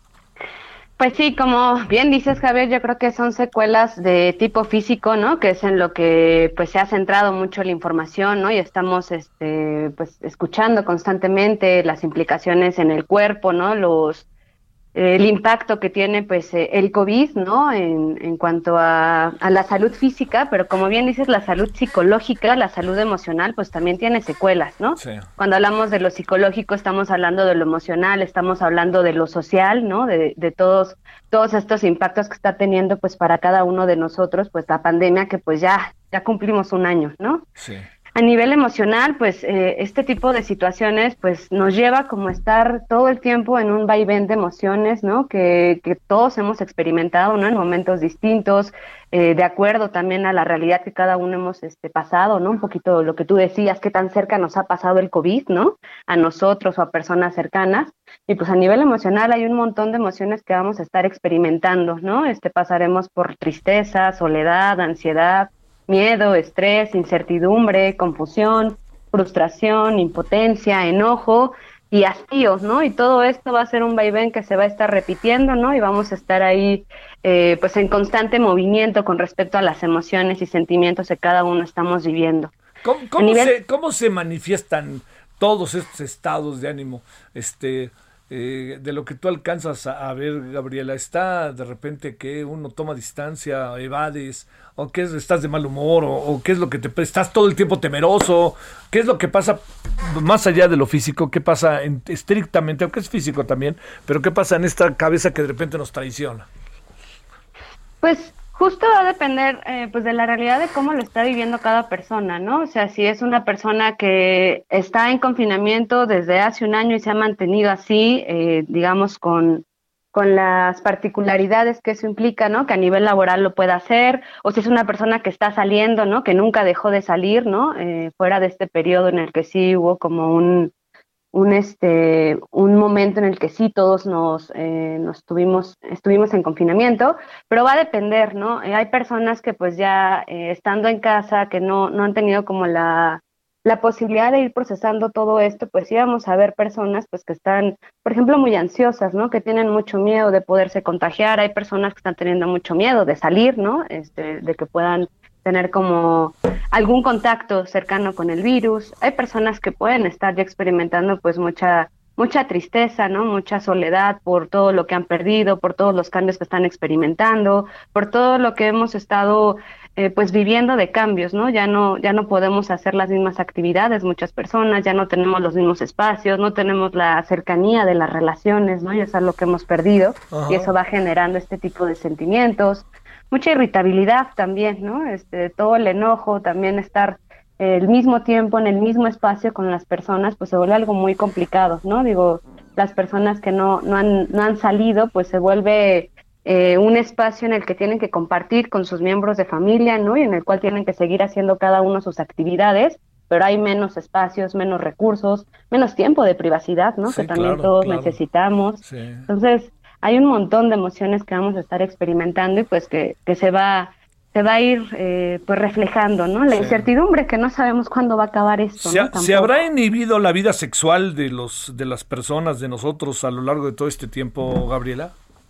Pues sí, como bien dices, Javier, yo creo que son secuelas de tipo físico, ¿no? Que es en lo que pues se ha centrado mucho la información, ¿no? Y estamos este pues escuchando constantemente las implicaciones en el cuerpo, ¿no? Los el impacto que tiene pues eh, el COVID, ¿no? En, en cuanto a, a la salud física, pero como bien dices, la salud psicológica, la salud emocional, pues también tiene secuelas, ¿no? Sí. Cuando hablamos de lo psicológico, estamos hablando de lo emocional, estamos hablando de lo social, ¿no? De, de todos, todos estos impactos que está teniendo pues para cada uno de nosotros, pues la pandemia que pues ya, ya cumplimos un año, ¿no? Sí. A nivel emocional, pues eh, este tipo de situaciones pues nos lleva como a estar todo el tiempo en un vaivén de emociones, ¿no? Que, que todos hemos experimentado, ¿no? En momentos distintos, eh, de acuerdo también a la realidad que cada uno hemos este, pasado, ¿no? Un poquito lo que tú decías, qué tan cerca nos ha pasado el COVID, ¿no? A nosotros o a personas cercanas. Y pues a nivel emocional hay un montón de emociones que vamos a estar experimentando, ¿no? Este pasaremos por tristeza, soledad, ansiedad, miedo, estrés, incertidumbre, confusión, frustración, impotencia, enojo y hastío, ¿no? Y todo esto va a ser un vaivén que se va a estar repitiendo, ¿no? Y vamos a estar ahí, eh, pues, en constante movimiento con respecto a las emociones y sentimientos que cada uno estamos viviendo. ¿Cómo, cómo, nivel... se, cómo se manifiestan todos estos estados de ánimo? Este... Eh, de lo que tú alcanzas a, a ver, Gabriela, ¿está de repente que uno toma distancia, evades, o qué es, estás de mal humor, o, o qué es lo que te, estás todo el tiempo temeroso? ¿Qué es lo que pasa más allá de lo físico? ¿Qué pasa en, estrictamente, aunque es físico también, pero qué pasa en esta cabeza que de repente nos traiciona? Pues justo va a depender eh, pues de la realidad de cómo lo está viviendo cada persona, ¿no? O sea, si es una persona que está en confinamiento desde hace un año y se ha mantenido así, eh, digamos, con, con las particularidades que eso implica, ¿no? Que a nivel laboral lo pueda hacer, o si es una persona que está saliendo, ¿no? Que nunca dejó de salir, ¿no? Eh, fuera de este periodo en el que sí hubo como un un este un momento en el que sí todos nos eh, nos tuvimos estuvimos en confinamiento, pero va a depender, ¿no? Eh, hay personas que pues ya eh, estando en casa que no no han tenido como la la posibilidad de ir procesando todo esto, pues íbamos a ver personas pues que están, por ejemplo, muy ansiosas, ¿no? Que tienen mucho miedo de poderse contagiar. Hay personas que están teniendo mucho miedo de salir, ¿no? Este, de que puedan tener como algún contacto cercano con el virus. Hay personas que pueden estar ya experimentando pues mucha mucha tristeza, ¿no? Mucha soledad por todo lo que han perdido, por todos los cambios que están experimentando, por todo lo que hemos estado eh, pues viviendo de cambios, ¿no? Ya no ya no podemos hacer las mismas actividades, muchas personas, ya no tenemos los mismos espacios, no tenemos la cercanía de las relaciones, ¿no? Y eso es lo que hemos perdido. Ajá. Y eso va generando este tipo de sentimientos. Mucha irritabilidad también, ¿no? Este, todo el enojo, también estar eh, el mismo tiempo en el mismo espacio con las personas, pues se vuelve algo muy complicado, ¿no? Digo, las personas que no, no, han, no han salido, pues se vuelve eh, un espacio en el que tienen que compartir con sus miembros de familia, ¿no? Y en el cual tienen que seguir haciendo cada uno sus actividades, pero hay menos espacios, menos recursos, menos tiempo de privacidad, ¿no? Sí, que también claro, todos claro. necesitamos. Sí. Entonces, hay un montón de emociones que vamos a estar experimentando y pues que, que se va se va a ir eh, pues reflejando, ¿no? La sí. incertidumbre que no sabemos cuándo va a acabar esto. ¿Se, ¿no? ¿Se habrá inhibido la vida sexual de los de las personas, de nosotros a lo largo de todo este tiempo, Gabriela?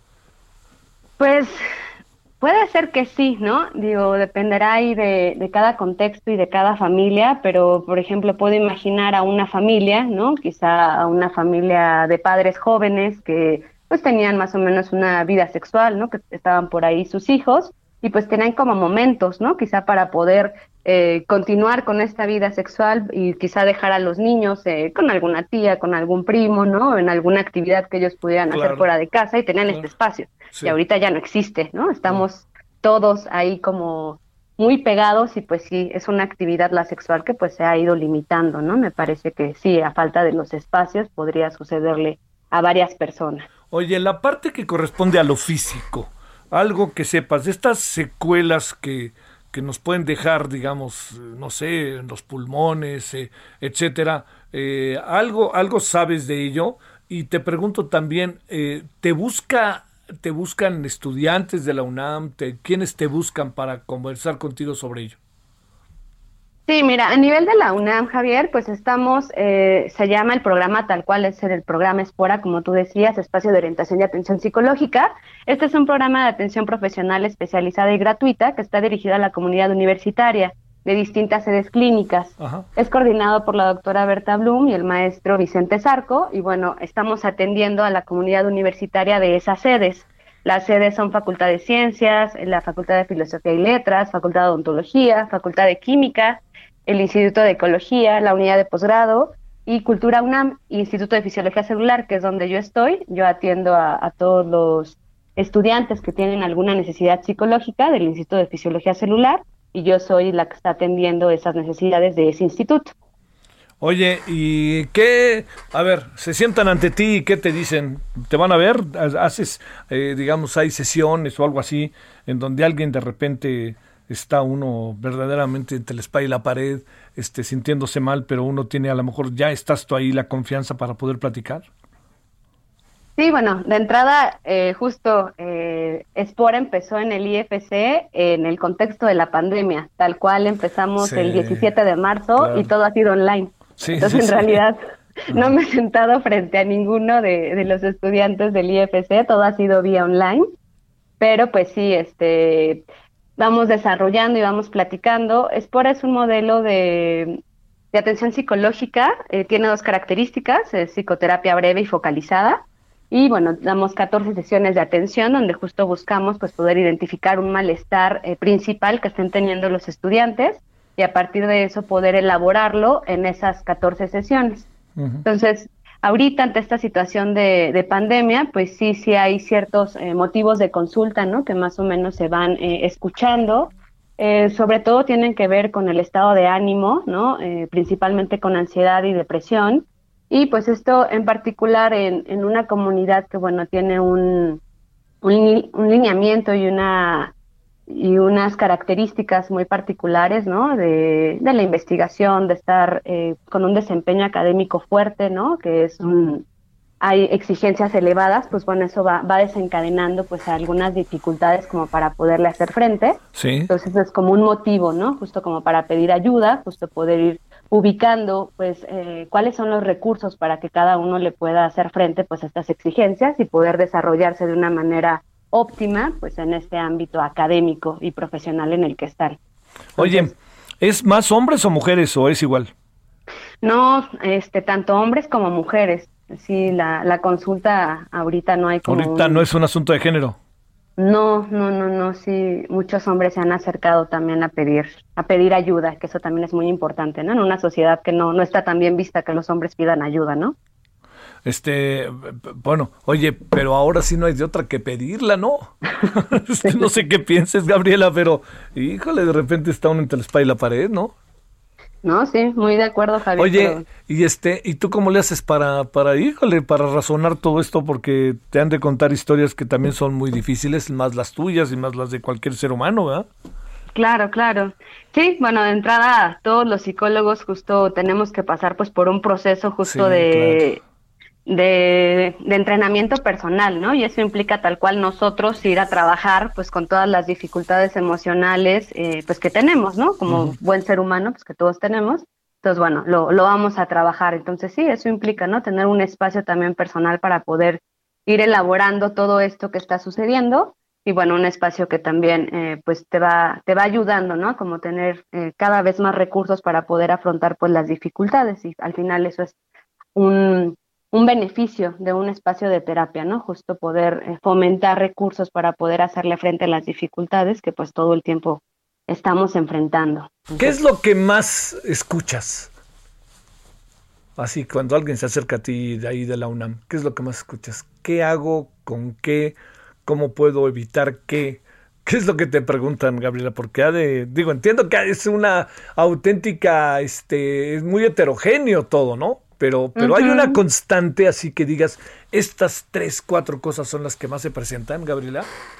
Pues puede ser que sí, ¿no? Digo, dependerá ahí de, de cada contexto y de cada familia, pero por ejemplo puedo imaginar a una familia, ¿no? Quizá a una familia de padres jóvenes que pues tenían más o menos una vida sexual, ¿no? Que estaban por ahí sus hijos y pues tenían como momentos, ¿no? Quizá para poder eh, continuar con esta vida sexual y quizá dejar a los niños eh, con alguna tía, con algún primo, ¿no? En alguna actividad que ellos pudieran claro. hacer fuera de casa y tenían claro. este espacio. Sí. Y ahorita ya no existe, ¿no? Estamos sí. todos ahí como muy pegados y pues sí, es una actividad la sexual que pues se ha ido limitando, ¿no? Me parece que sí, a falta de los espacios podría sucederle a varias personas. Oye, la parte que corresponde a lo físico, algo que sepas, de estas secuelas que, que nos pueden dejar, digamos, no sé, en los pulmones, eh, etcétera, eh, algo, algo sabes de ello. Y te pregunto también, eh, ¿te busca, te buscan estudiantes de la UNAM? Te, ¿Quiénes te buscan para conversar contigo sobre ello? Sí, mira, a nivel de la UNAM, Javier, pues estamos, eh, se llama el programa tal cual, es el programa Espora, como tú decías, Espacio de Orientación y Atención Psicológica. Este es un programa de atención profesional especializada y gratuita que está dirigido a la comunidad universitaria de distintas sedes clínicas. Ajá. Es coordinado por la doctora Berta Blum y el maestro Vicente Zarco, y bueno, estamos atendiendo a la comunidad universitaria de esas sedes. Las sedes son Facultad de Ciencias, la Facultad de Filosofía y Letras, Facultad de Odontología, Facultad de Química, el Instituto de Ecología, la Unidad de Posgrado y Cultura UNAM, Instituto de Fisiología Celular, que es donde yo estoy. Yo atiendo a, a todos los estudiantes que tienen alguna necesidad psicológica del Instituto de Fisiología Celular y yo soy la que está atendiendo esas necesidades de ese instituto. Oye, ¿y qué? A ver, se sientan ante ti y ¿qué te dicen? ¿Te van a ver? ¿Haces, eh, digamos, hay sesiones o algo así en donde alguien de repente está uno verdaderamente entre la espada y la pared, este, sintiéndose mal, pero uno tiene a lo mejor, ya estás tú ahí la confianza para poder platicar? Sí, bueno, de entrada, eh, justo eh, Espora empezó en el I F C en el contexto de la pandemia, tal cual empezamos sí, el diecisiete de marzo claro. y todo ha sido online. Sí, Entonces, sí, en sí. realidad, no me he sentado frente a ninguno de, de los estudiantes del I F C, todo ha sido vía online, pero pues sí, este... vamos desarrollando y vamos platicando. Espora es un modelo de, de atención psicológica, eh, tiene dos características, es psicoterapia breve y focalizada, y bueno, damos catorce sesiones de atención donde justo buscamos pues poder identificar un malestar eh, principal que estén teniendo los estudiantes y a partir de eso poder elaborarlo en esas catorce sesiones. Uh-huh. Entonces, ahorita ante esta situación de, de pandemia, pues sí, sí hay ciertos eh, motivos de consulta, ¿no? Que más o menos se van eh, escuchando. Eh, sobre todo tienen que ver con el estado de ánimo, ¿no? Eh, principalmente con ansiedad y depresión. Y pues esto en particular en, en una comunidad que, bueno, tiene un, un, un lineamiento y una y unas características muy particulares, ¿no? De, de la investigación, de estar eh, con un desempeño académico fuerte, ¿no? Que es un, hay exigencias elevadas, pues bueno, eso va, va desencadenando pues algunas dificultades como para poderle hacer frente. Sí. Entonces es como un motivo, ¿no? Justo como para pedir ayuda, justo poder ir ubicando pues eh, cuáles son los recursos para que cada uno le pueda hacer frente pues a estas exigencias y poder desarrollarse de una manera óptima pues en este ámbito académico y profesional en el que están. Entonces, oye, ¿es más hombres o mujeres o es igual? No, este, tanto hombres como mujeres. Sí, la, la consulta ahorita no hay como Ahorita un... no es un asunto de género. No, no, no, no, sí, muchos hombres se han acercado también a pedir, a pedir ayuda, que eso también es muy importante, ¿no? En una sociedad que no, no está tan bien vista que los hombres pidan ayuda, ¿no? Este, bueno, oye, pero ahora sí no hay de otra que pedirla, ¿no? Sí. No sé qué pienses, Gabriela, pero híjole, de repente está uno entre la espada y la pared, ¿no? No, sí, muy de acuerdo, Javier. Oye, pero... y este, ¿y tú cómo le haces para, para, híjole, para razonar todo esto? Porque te han de contar historias que también son muy difíciles, más las tuyas y más las de cualquier ser humano, ¿verdad? Claro, claro. Sí, bueno, de entrada, todos los psicólogos justo tenemos que pasar pues por un proceso justo Sí, de... De, de entrenamiento personal, ¿no? Y eso implica tal cual nosotros ir a trabajar pues con todas las dificultades emocionales eh, pues que tenemos, ¿no? Como uh-huh. buen ser humano pues que todos tenemos. Entonces, bueno, lo, lo vamos a trabajar. Entonces, sí, eso implica, ¿no? Tener un espacio también personal para poder ir elaborando todo esto que está sucediendo y, bueno, un espacio que también eh, pues te va, te va ayudando, ¿no? Como tener eh, cada vez más recursos para poder afrontar pues las dificultades y al final eso es un... un beneficio de un espacio de terapia, ¿no? Justo poder eh, fomentar recursos para poder hacerle frente a las dificultades que pues todo el tiempo estamos enfrentando. Entonces, ¿qué es lo que más escuchas? Así, cuando alguien se acerca a ti de ahí de la UNAM, ¿qué es lo que más escuchas? ¿Qué hago? ¿Con qué? ¿Cómo puedo evitar qué? ¿Qué es lo que te preguntan, Gabriela? Porque ha de, digo, entiendo que es una auténtica, este, es muy heterogéneo todo, ¿no? Pero, pero uh-huh. hay una constante, así que digas, estas tres, cuatro cosas son las que más se presentan, Gabriela.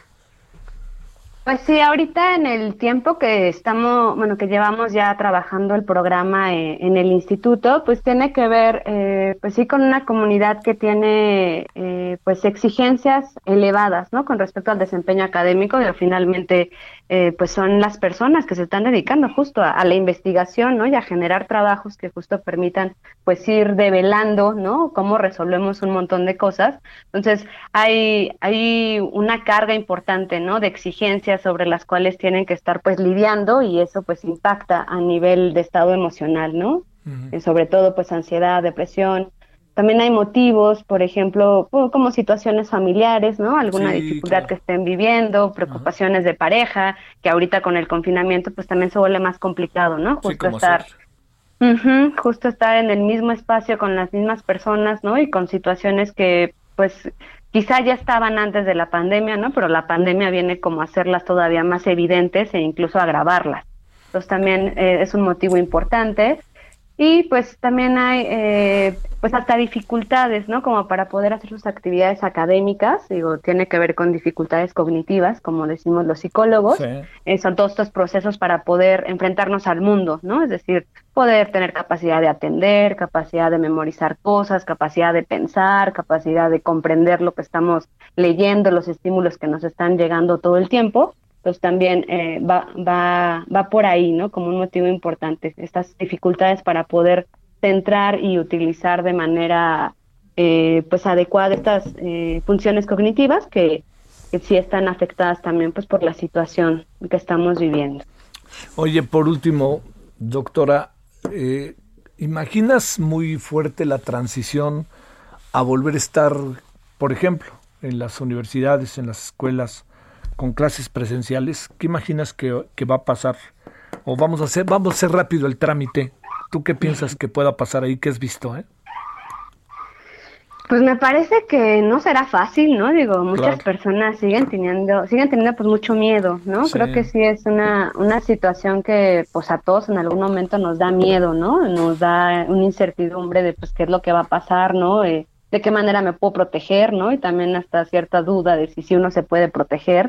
Pues sí, ahorita en el tiempo que estamos, bueno, que llevamos ya trabajando el programa eh, en el instituto, pues tiene que ver, eh, pues sí, con una comunidad que tiene, eh, pues exigencias elevadas, ¿no? Con respecto al desempeño académico, pero finalmente, eh, pues son las personas que se están dedicando justo a, a la investigación, ¿no? Y a generar trabajos que justo permitan, pues ir develando, ¿no? Cómo resolvemos un montón de cosas. Entonces, hay, hay una carga importante, ¿no? De exigencias sobre las cuales tienen que estar pues lidiando y eso pues impacta a nivel de estado emocional, ¿no? Uh-huh. Eh, sobre todo pues ansiedad, depresión. También hay motivos, por ejemplo, como situaciones familiares, ¿no? Alguna sí, dificultad claro. que estén viviendo, preocupaciones uh-huh. de pareja, que ahorita con el confinamiento pues también se vuelve más complicado, ¿no? Justo sí, estar uh-huh, justo estar en el mismo espacio con las mismas personas, ¿no? Y con situaciones que pues quizá ya estaban antes de la pandemia, ¿no? Pero la pandemia viene como a hacerlas todavía más evidentes e incluso agravarlas. Entonces también eh, es un motivo importante. Y pues también hay eh, pues hasta dificultades, ¿no? Como para poder hacer sus actividades académicas, digo, tiene que ver con dificultades cognitivas, como decimos los psicólogos. Sí. Eh, son todos estos procesos para poder enfrentarnos al mundo, ¿no? Es decir, poder tener capacidad de atender, capacidad de memorizar cosas, capacidad de pensar, capacidad de comprender lo que estamos leyendo, los estímulos que nos están llegando todo el tiempo. Pues también eh, va, va, va por ahí, ¿no? Como un motivo importante, estas dificultades para poder centrar y utilizar de manera eh, pues adecuada estas eh, funciones cognitivas que, que sí están afectadas también pues por la situación que estamos viviendo. Oye, por último, doctora, eh, ¿imaginas muy fuerte la transición a volver a estar, por ejemplo, en las universidades, en las escuelas, con clases presenciales? ¿Qué imaginas que, que va a pasar? O vamos a hacer, vamos a hacer rápido el trámite. ¿Tú qué piensas que pueda pasar ahí? ¿Qué has visto, eh? Pues me parece que no será fácil, ¿no? Digo, muchas claro. personas siguen teniendo, siguen teniendo pues mucho miedo, ¿no? Sí. Creo que sí es una, una situación que pues a todos en algún momento nos da miedo, ¿no? Nos da una incertidumbre de pues qué es lo que va a pasar, ¿no? Eh, de qué manera me puedo proteger, ¿no? Y también hasta cierta duda de si, si uno se puede proteger.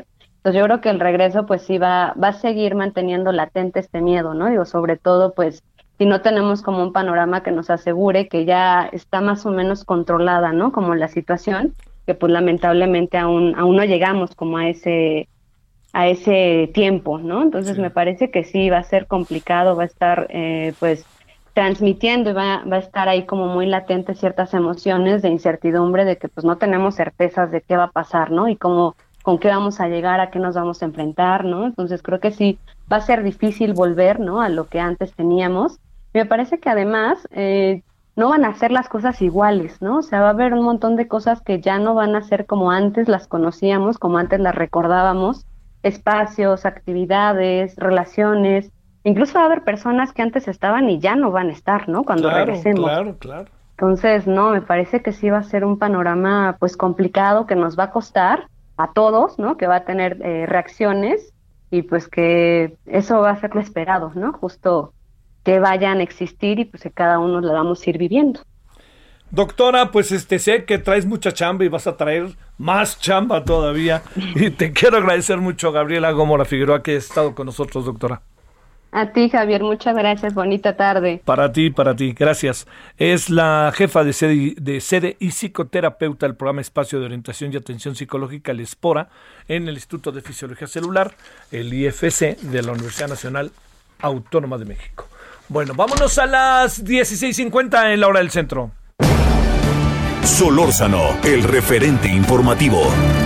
Entonces yo creo que el regreso pues sí va, va a seguir manteniendo latente este miedo, ¿no? Digo, sobre todo pues si no tenemos como un panorama que nos asegure que ya está más o menos controlada, ¿no? Como la situación, que pues lamentablemente aún, aún no llegamos como a ese, a ese tiempo, ¿no? Entonces sí. Me parece que sí va a ser complicado, va a estar eh, pues transmitiendo y va, va a estar ahí como muy latente ciertas emociones de incertidumbre, de que pues no tenemos certezas de qué va a pasar, ¿no? Y cómo, con qué vamos a llegar, a qué nos vamos a enfrentar, ¿no? Entonces creo que sí va a ser difícil volver, ¿no? A lo que antes teníamos. Me parece que además eh, no van a ser las cosas iguales, ¿no? O sea, va a haber un montón de cosas que ya no van a ser como antes las conocíamos, como antes las recordábamos, espacios, actividades, relaciones, incluso va a haber personas que antes estaban y ya no van a estar, ¿no? Cuando claro, regresemos. Claro, claro. Entonces, no, me parece que sí va a ser un panorama pues complicado, que nos va a costar a todos, ¿no? Que va a tener eh, reacciones y pues que eso va a ser lo esperado, ¿no? Justo que vayan a existir y pues que cada uno la vamos a ir viviendo. Doctora, pues este sé que traes mucha chamba y vas a traer más chamba todavía. Y te quiero agradecer mucho, Gabriela Gómora Figueroa, que has estado con nosotros, doctora. A ti, Javier, muchas gracias, bonita tarde. Para ti, para ti, gracias. Es la jefa de sede, de sede y psicoterapeuta del programa Espacio de Orientación y Atención Psicológica, el ESPORA, en el Instituto de Fisiología Celular, el I F C de la Universidad Nacional Autónoma de México. Bueno, vámonos a las dieciséis cincuenta en la hora del centro. Solórzano, el referente informativo.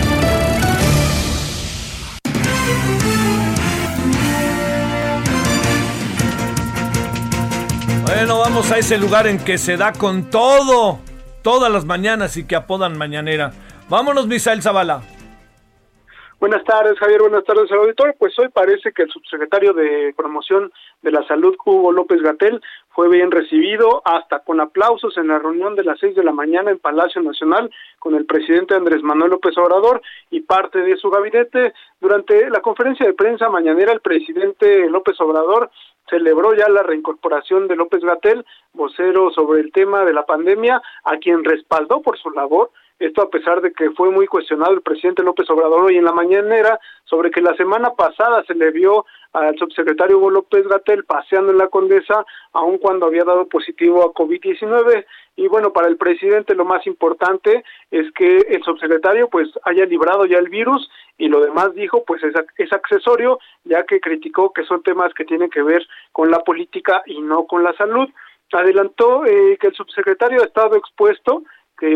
Bueno, vamos a ese lugar en que se da con todo, todas las mañanas y que apodan mañanera. Vámonos, Misael Zavala. Buenas tardes, Javier, buenas tardes al auditorio. Pues hoy parece que el subsecretario de Promoción de la Salud, Hugo López-Gatell, fue bien recibido, hasta con aplausos en la reunión de las seis de la mañana en Palacio Nacional con el presidente Andrés Manuel López Obrador y parte de su gabinete. Durante la conferencia de prensa mañanera, el presidente López Obrador celebró ya la reincorporación de López-Gatell, vocero sobre el tema de la pandemia, a quien respaldó por su labor. Esto a pesar de que fue muy cuestionado el presidente López Obrador hoy en la mañanera sobre que la semana pasada se le vio al subsecretario Hugo López-Gatell paseando en la Condesa, aun cuando había dado positivo a COVID diecinueve. Y bueno, para el presidente lo más importante es que el subsecretario pues haya librado ya el virus, y lo demás, dijo, pues es, es accesorio, ya que criticó que son temas que tienen que ver con la política y no con la salud. Adelantó eh, que el subsecretario ha estado expuesto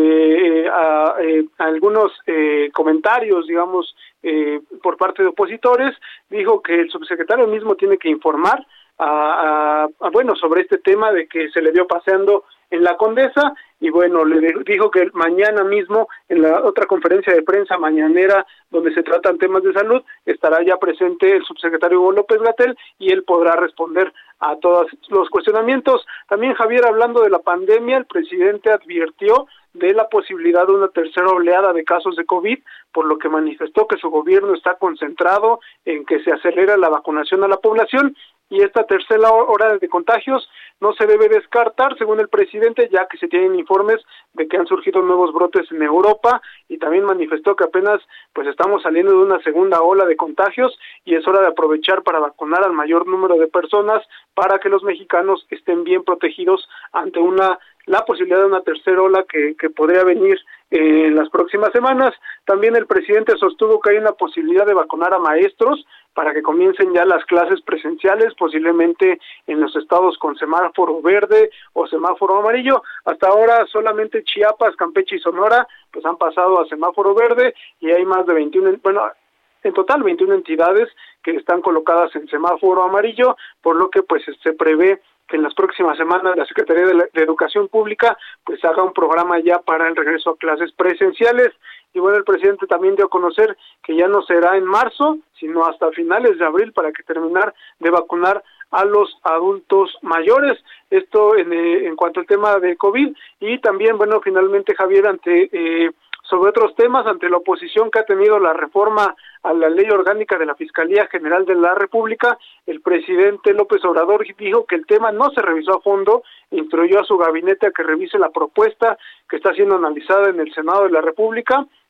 Eh, a, eh, a algunos eh, comentarios, digamos, eh, por parte de opositores. Dijo que el subsecretario mismo tiene que informar a, a, a bueno sobre este tema de que se le vio paseando en la Condesa, y bueno, le dijo que mañana mismo en la otra conferencia de prensa mañanera donde se tratan temas de salud estará ya presente el subsecretario Hugo López-Gatell y él podrá responder a todos los cuestionamientos. También, Javier, hablando de la pandemia, el presidente advirtió de la posibilidad de una tercera oleada de casos de COVID, por lo que manifestó que su gobierno está concentrado en que se acelera la vacunación a la población, y esta tercera hora de contagios no se debe descartar, según el presidente, ya que se tienen informes de que han surgido nuevos brotes en Europa, y también manifestó que apenas pues estamos saliendo de una segunda ola de contagios y es hora de aprovechar para vacunar al mayor número de personas para que los mexicanos estén bien protegidos ante una la posibilidad de una tercera ola que, que podría venir eh, en las próximas semanas. También el presidente sostuvo que hay una posibilidad de vacunar a maestros para que comiencen ya las clases presenciales, posiblemente en los estados con semáforo verde o semáforo amarillo. Hasta ahora solamente Chiapas, Campeche y Sonora pues han pasado a semáforo verde, y hay más de veintiuno, bueno, en total veintiuna entidades que están colocadas en semáforo amarillo, por lo que pues se prevé que en las próximas semanas la Secretaría de, la, de Educación Pública pues haga un programa ya para el regreso a clases presenciales. Y bueno, el presidente también dio a conocer que ya no será en marzo, sino hasta finales de abril, para que terminar de vacunar a los adultos mayores. Esto en, eh, en cuanto al tema de COVID. Y también, bueno, finalmente, Javier, ante eh, sobre otros temas, ante la oposición que ha tenido la reforma a la Ley Orgánica de la Fiscalía General de la República, el presidente López Obrador dijo que el tema no se revisó a fondo, instruyó a su gabinete a que revise la propuesta que está siendo analizada en el Senado de la República,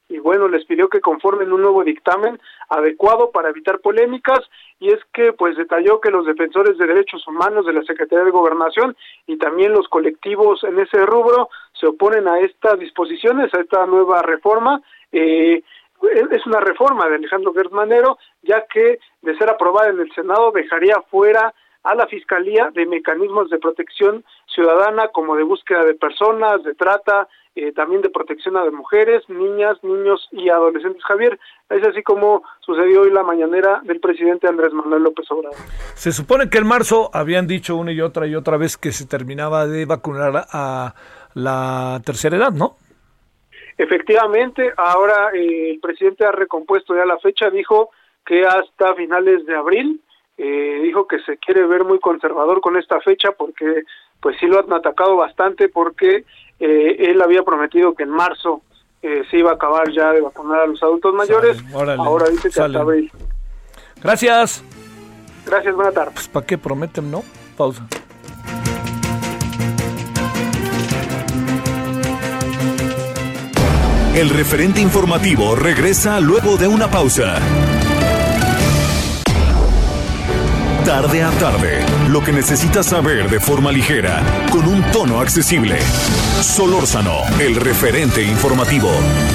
y bueno, les pidió que conformen un nuevo dictamen adecuado para evitar polémicas, y es que pues detalló que los defensores de derechos humanos de la Secretaría de Gobernación y también los colectivos en ese rubro se oponen a estas disposiciones, a esta nueva reforma. eh, es una reforma de Alejandro Gertz Manero, ya que de ser aprobada en el Senado dejaría fuera a la Fiscalía de mecanismos de protección ciudadana, como de búsqueda de personas, de trata, eh, también de protección a de mujeres, niñas, niños y adolescentes. Javier, es así como sucedió hoy la mañanera del presidente Andrés Manuel López Obrador. Se supone que en marzo habían dicho una y otra y otra vez que se terminaba de vacunar a la tercera edad, ¿no? Efectivamente, ahora eh, el presidente ha recompuesto ya la fecha, dijo que hasta finales de abril, eh, dijo que se quiere ver muy conservador con esta fecha porque pues sí lo han atacado bastante, porque eh, él había prometido que en marzo eh, se iba a acabar ya de vacunar a los adultos mayores. Sale, órale, ahora dice que sale. Hasta abril. Gracias. Gracias, buena tarde. Pues ¿para qué prometen, no? Pausa. El referente informativo regresa luego de una pausa. Tarde a tarde, lo que necesitas saber de forma ligera, con un tono accesible. Solórzano, el referente informativo.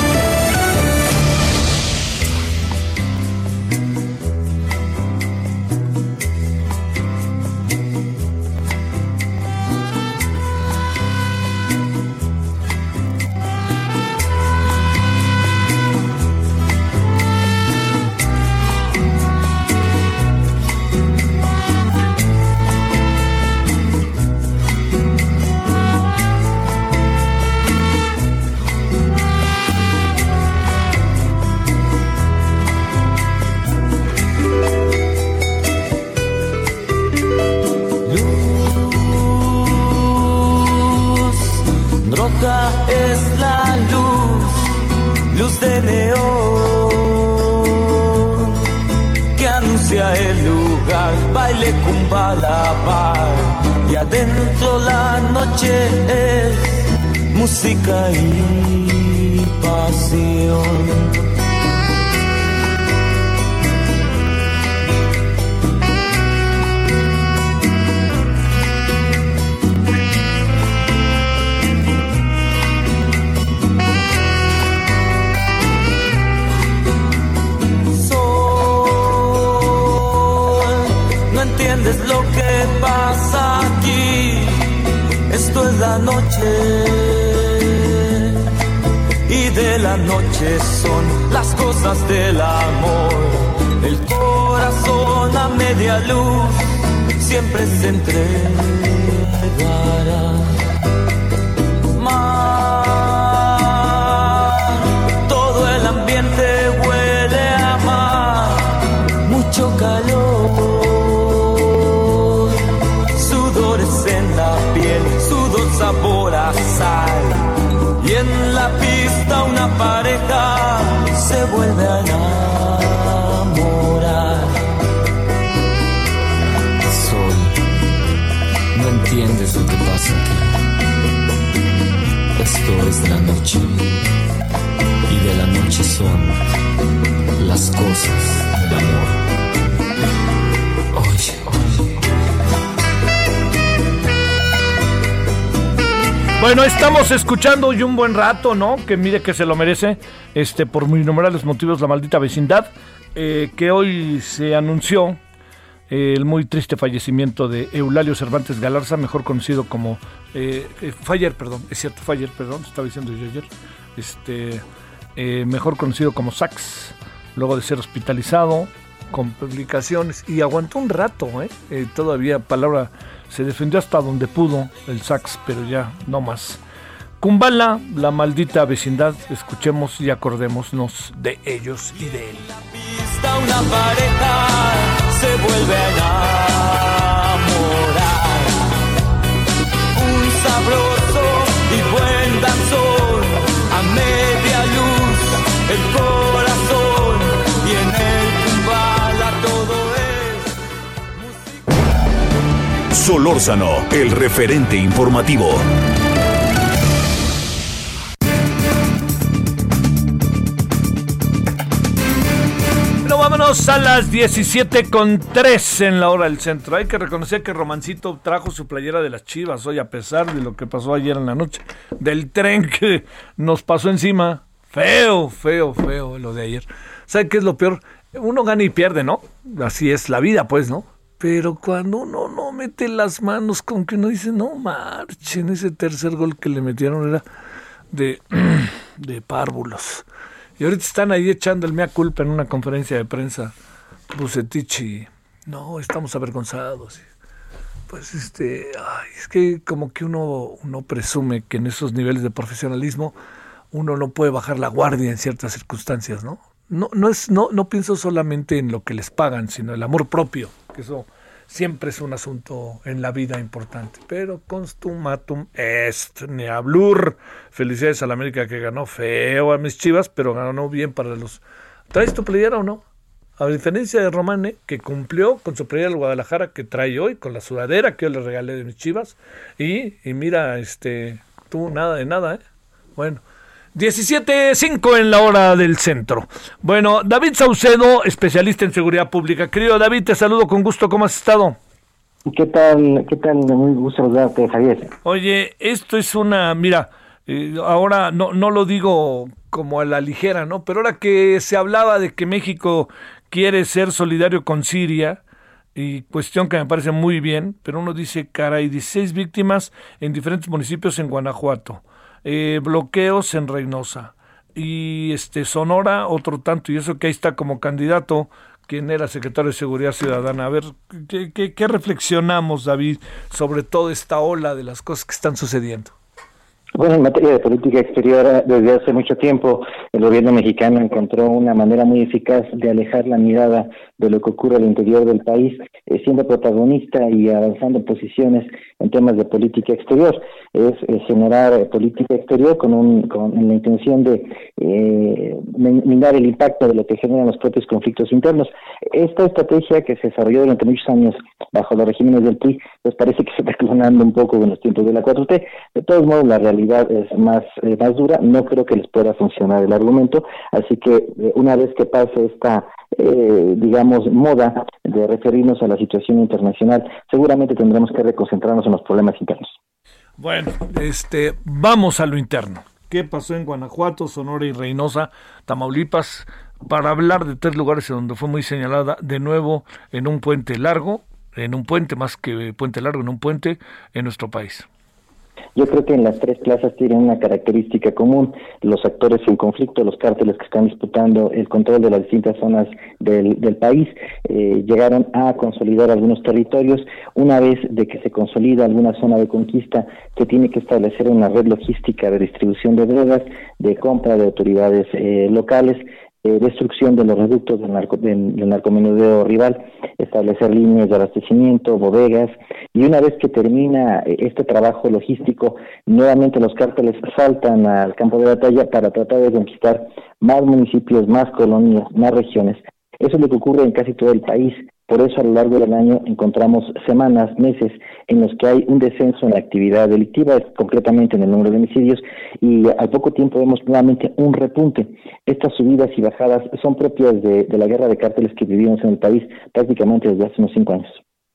Música y pasión. Sol, no entiendes lo que pasa aquí. Esto es la noche. Y de la noche son las cosas del amor. El corazón a media luz siempre se entregará. Mar, todo el ambiente huele a mar, mucho calor, sudores en la piel, sudor sabor a sal. Y en la pista una pareja se vuelve a enamorar. Sol, no entiendes lo que pasa aquí. Esto es de la noche. Y de la noche son las cosas del amor. Oye, oye. Bueno, estamos escuchando hoy un buen rato, ¿no? Que mire que se lo merece, este, por muy innumerables motivos, La Maldita Vecindad, eh, que hoy se anunció eh, el muy triste fallecimiento de Eulalio Cervantes Galarza, mejor conocido como, eh, eh, fue ayer, perdón, es cierto, fue ayer, perdón, estaba diciendo yo ayer, este, eh, mejor conocido como Sax, luego de ser hospitalizado, con complicaciones, y aguantó un rato, ¿eh? Eh, todavía, palabra... Se defendió hasta donde pudo el sax, pero ya no más. Kumbala, La Maldita Vecindad, escuchemos y acordémonos de ellos y de él. En la pista una pareja se vuelve a enamorar. Un sabroso y buen danzón, a media luz, el corazón, y en el Kumbala todo es. Solórzano, el referente informativo. Vámonos a las diecisiete con tres en la hora del centro. Hay que reconocer que Romancito trajo su playera de las Chivas hoy, a pesar de lo que pasó ayer en la noche, del tren que nos pasó encima. Feo, feo, feo lo de ayer. ¿Sabe qué es lo peor? Uno gana y pierde, ¿no? Así es la vida, pues, ¿no? Pero cuando uno no mete las manos, con que uno dice, no marchen, ese tercer gol que le metieron era de, de párvulos. Y ahorita están ahí echando el mea culpa en una conferencia de prensa. Bucetich y, no, estamos avergonzados. Pues este, ay, es que como que uno, uno presume que en esos niveles de profesionalismo uno no puede bajar la guardia en ciertas circunstancias, ¿no? No, no es, no, no pienso solamente en lo que les pagan, sino el amor propio, que eso siempre es un asunto en la vida importante. Pero consumatum est neablur. Felicidades a la América, que ganó feo a mis Chivas, pero ganó bien para los... ¿Traes tu playera o no? A diferencia de Romane, que cumplió con su playera del Guadalajara, que trae hoy, con la sudadera que yo le regalé de mis Chivas. Y, y mira, este, tú nada de nada, ¿eh? Bueno, diecisiete cinco en la hora del centro. Bueno, David Saucedo, especialista en seguridad pública. Querido David, te saludo con gusto. ¿Cómo has estado? ¿Qué tal? ¿Qué tal? Muy gusto saludarte, Javier. Oye, esto es una... Mira, eh, ahora no, no lo digo como a la ligera, ¿no? Pero ahora que se hablaba de que México quiere ser solidario con Siria, y cuestión que me parece muy bien, pero uno dice, caray, dieciséis víctimas en diferentes municipios en Guanajuato. Eh, bloqueos en Reynosa y este Sonora otro tanto, y eso que ahí está como candidato quien era secretario de Seguridad Ciudadana. A ver, ¿qué, qué, qué reflexionamos, David, sobre toda esta ola de las cosas que están sucediendo? Bueno, en materia de política exterior, desde hace mucho tiempo el gobierno mexicano encontró una manera muy eficaz de alejar la mirada de lo que ocurre al interior del país, eh, siendo protagonista y avanzando posiciones en temas de política exterior. Es eh, generar eh, política exterior con, un, con la intención de eh, minar el impacto de lo que generan los propios conflictos internos. Esta estrategia, que se desarrolló durante muchos años bajo los regímenes del P R I, pues parece que se está clonando un poco en los tiempos de la cuatro T. De todos modos, la realidad es más, eh, más dura. No creo que les pueda funcionar el argumento, así que eh, una vez que pase esta Eh, digamos, moda de referirnos a la situación internacional, seguramente tendremos que reconcentrarnos en los problemas internos. Bueno, este, vamos a lo interno. ¿Qué pasó en Guanajuato, Sonora y Reynosa, Tamaulipas? Para hablar de tres lugares en donde fue muy señalada, de nuevo, en un puente largo, en un puente más que puente largo, en un puente en nuestro país. Yo creo que en las tres plazas tienen una característica común: los actores en conflicto, los cárteles que están disputando el control de las distintas zonas del, del país, eh, llegaron a consolidar algunos territorios. Una vez de que se consolida alguna zona de conquista, se tiene que establecer una red logística de distribución de drogas, de compra de autoridades eh, locales, Eh, destrucción de los reductos del, narco, del, del narcomenudeo rival, establecer líneas de abastecimiento, bodegas, y una vez que termina eh, este trabajo logístico, nuevamente los cárteles saltan al campo de batalla para tratar de conquistar más municipios, más colonias, más regiones. Eso es lo que ocurre en casi todo el país. Por eso, a lo largo del año encontramos semanas, meses en los que hay un descenso en la actividad delictiva, concretamente en el número de homicidios, y al poco tiempo vemos nuevamente un repunte. Estas subidas y bajadas son propias de, de la guerra de cárteles que vivimos en el país prácticamente desde hace unos cinco años.